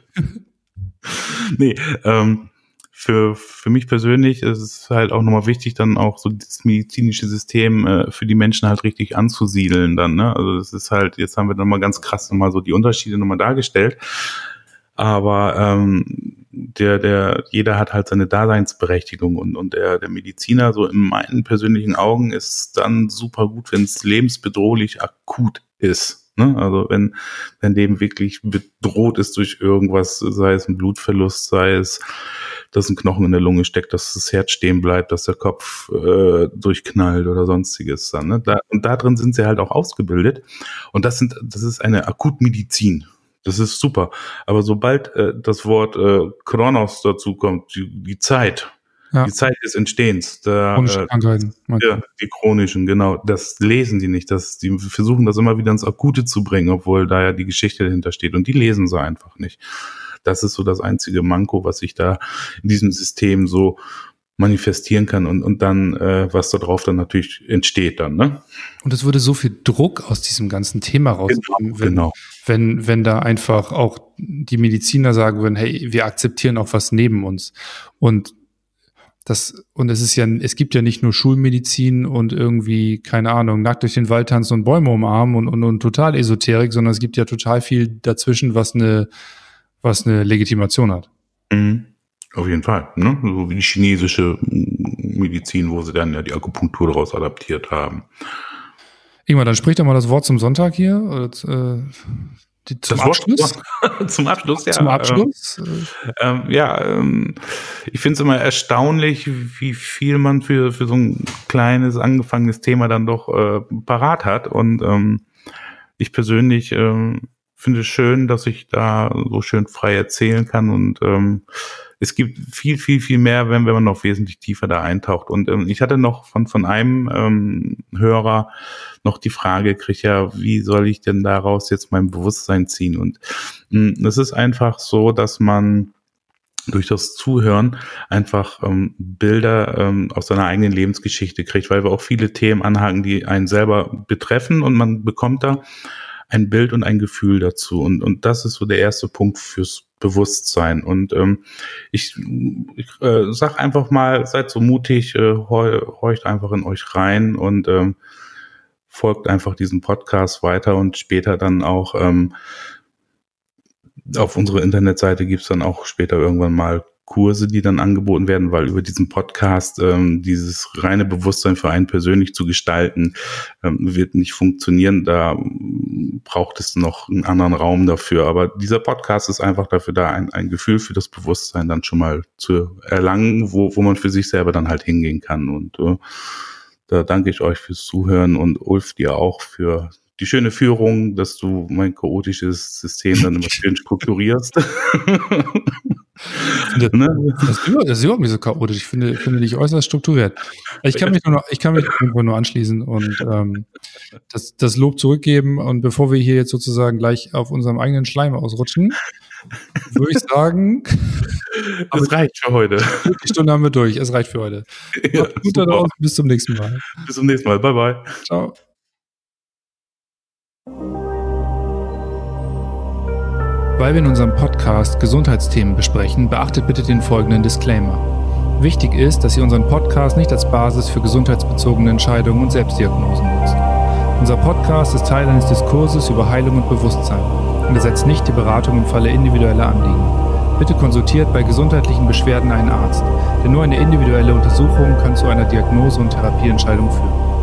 Nee, ähm, für, für mich persönlich ist es halt auch nochmal wichtig, dann auch so das medizinische System äh, für die Menschen halt richtig anzusiedeln dann, ne, also das ist halt, jetzt haben wir dann mal ganz krass nochmal so die Unterschiede nochmal dargestellt, aber ähm, der, der, jeder hat halt seine Daseinsberechtigung und, und der, der Mediziner, so in meinen persönlichen Augen, ist dann super gut, wenn es lebensbedrohlich akut ist. Ne? Also wenn dein Leben wirklich bedroht ist durch irgendwas, sei es ein Blutverlust, sei es, dass ein Knochen in der Lunge steckt, dass das Herz stehen bleibt, dass der Kopf äh, durchknallt oder sonstiges dann. Ne? Da, und da drin sind sie halt auch ausgebildet. Und das sind, das ist eine Akutmedizin. Das ist super. Aber sobald äh, das Wort äh, Kronos dazu kommt, die, die Zeit, Ja. Die Zeit des Entstehens. Der,
chronische Krankheiten.
Ja, die chronischen, genau. Das lesen die nicht. Das, die versuchen das immer wieder ins Akute zu bringen, obwohl da ja die Geschichte dahinter steht. Und die lesen sie einfach nicht. Das ist so das einzige Manko, was sich da in diesem System so manifestieren kann und, und dann, äh, was da drauf dann natürlich entsteht dann, ne?
Und es würde so viel Druck aus diesem ganzen Thema rausnehmen,
genau,
wenn,
genau.
wenn, wenn da einfach auch die Mediziner sagen würden, hey, wir akzeptieren auch was neben uns. Und das, und es ist ja, es gibt ja nicht nur Schulmedizin und irgendwie, keine Ahnung, nackt durch den Wald tanzen und Bäume umarmen und, und, und total Esoterik, sondern es gibt ja total viel dazwischen, was eine, was eine Legitimation hat.
Mhm. Auf jeden Fall, ne? So wie die chinesische Medizin, wo sie dann ja die Akupunktur daraus adaptiert haben.
Ingmar, dann sprich doch mal das Wort zum Sonntag hier. Oder, äh, die, zum
das
Abschluss?
Wort, zum Abschluss, ja.
Zum Abschluss?
Ähm, ähm, ja, ähm, ich finde es immer erstaunlich, wie viel man für, für so ein kleines, angefangenes Thema dann doch äh, parat hat. Und ähm, ich persönlich ähm, finde es schön, dass ich da so schön frei erzählen kann und ähm, es gibt viel, viel, viel mehr, wenn, wenn man noch wesentlich tiefer da eintaucht. Und ähm, ich hatte noch von, von einem ähm, Hörer noch die Frage gekriegt, ja, wie soll ich denn daraus jetzt mein Bewusstsein ziehen? Und es ist einfach so, dass man durch das Zuhören einfach ähm, Bilder ähm, aus seiner eigenen Lebensgeschichte kriegt, weil wir auch viele Themen anhaken, die einen selber betreffen und man bekommt da ein Bild und ein Gefühl dazu. Und, und das ist so der erste Punkt fürs Bewusstsein. Und ähm, ich, ich äh, sag einfach mal, seid so mutig, äh, horcht einfach in euch rein und ähm, folgt einfach diesem Podcast weiter und später dann auch ähm, auf unserer Internetseite gibt's dann auch später irgendwann mal Kurse, die dann angeboten werden, weil über diesen Podcast ähm, dieses reine Bewusstsein für einen persönlich zu gestalten, ähm, wird nicht funktionieren. Da ähm, braucht es noch einen anderen Raum dafür. Aber dieser Podcast ist einfach dafür da, ein, ein Gefühl für das Bewusstsein dann schon mal zu erlangen, wo, wo man für sich selber dann halt hingehen kann. Und äh, da danke ich euch fürs Zuhören und Ulf dir auch für die schöne Führung, dass du mein chaotisches System dann immer schön strukturierst.
Das, das, ist über, das ist überhaupt nicht so chaotisch. Ich finde, finde dich äußerst strukturiert. Ich kann mich nur, noch, ich kann mich irgendwo nur anschließen und ähm, das, das Lob zurückgeben. Und bevor wir hier jetzt sozusagen gleich auf unserem eigenen Schleim ausrutschen, würde ich sagen,
es reicht für heute.
Die Stunde haben wir durch. Es reicht für heute.
Ja,
gut da draußen. Bis zum nächsten Mal.
Bis zum nächsten Mal. Bye, bye.
Ciao. Weil wir in unserem Podcast Gesundheitsthemen besprechen, beachtet bitte den folgenden Disclaimer. Wichtig ist, dass ihr unseren Podcast nicht als Basis für gesundheitsbezogene Entscheidungen und Selbstdiagnosen nutzt. Unser Podcast ist Teil eines Diskurses über Heilung und Bewusstsein und ersetzt nicht die Beratung im Falle individueller Anliegen. Bitte konsultiert bei gesundheitlichen Beschwerden einen Arzt, denn nur eine individuelle Untersuchung kann zu einer Diagnose und Therapieentscheidung führen.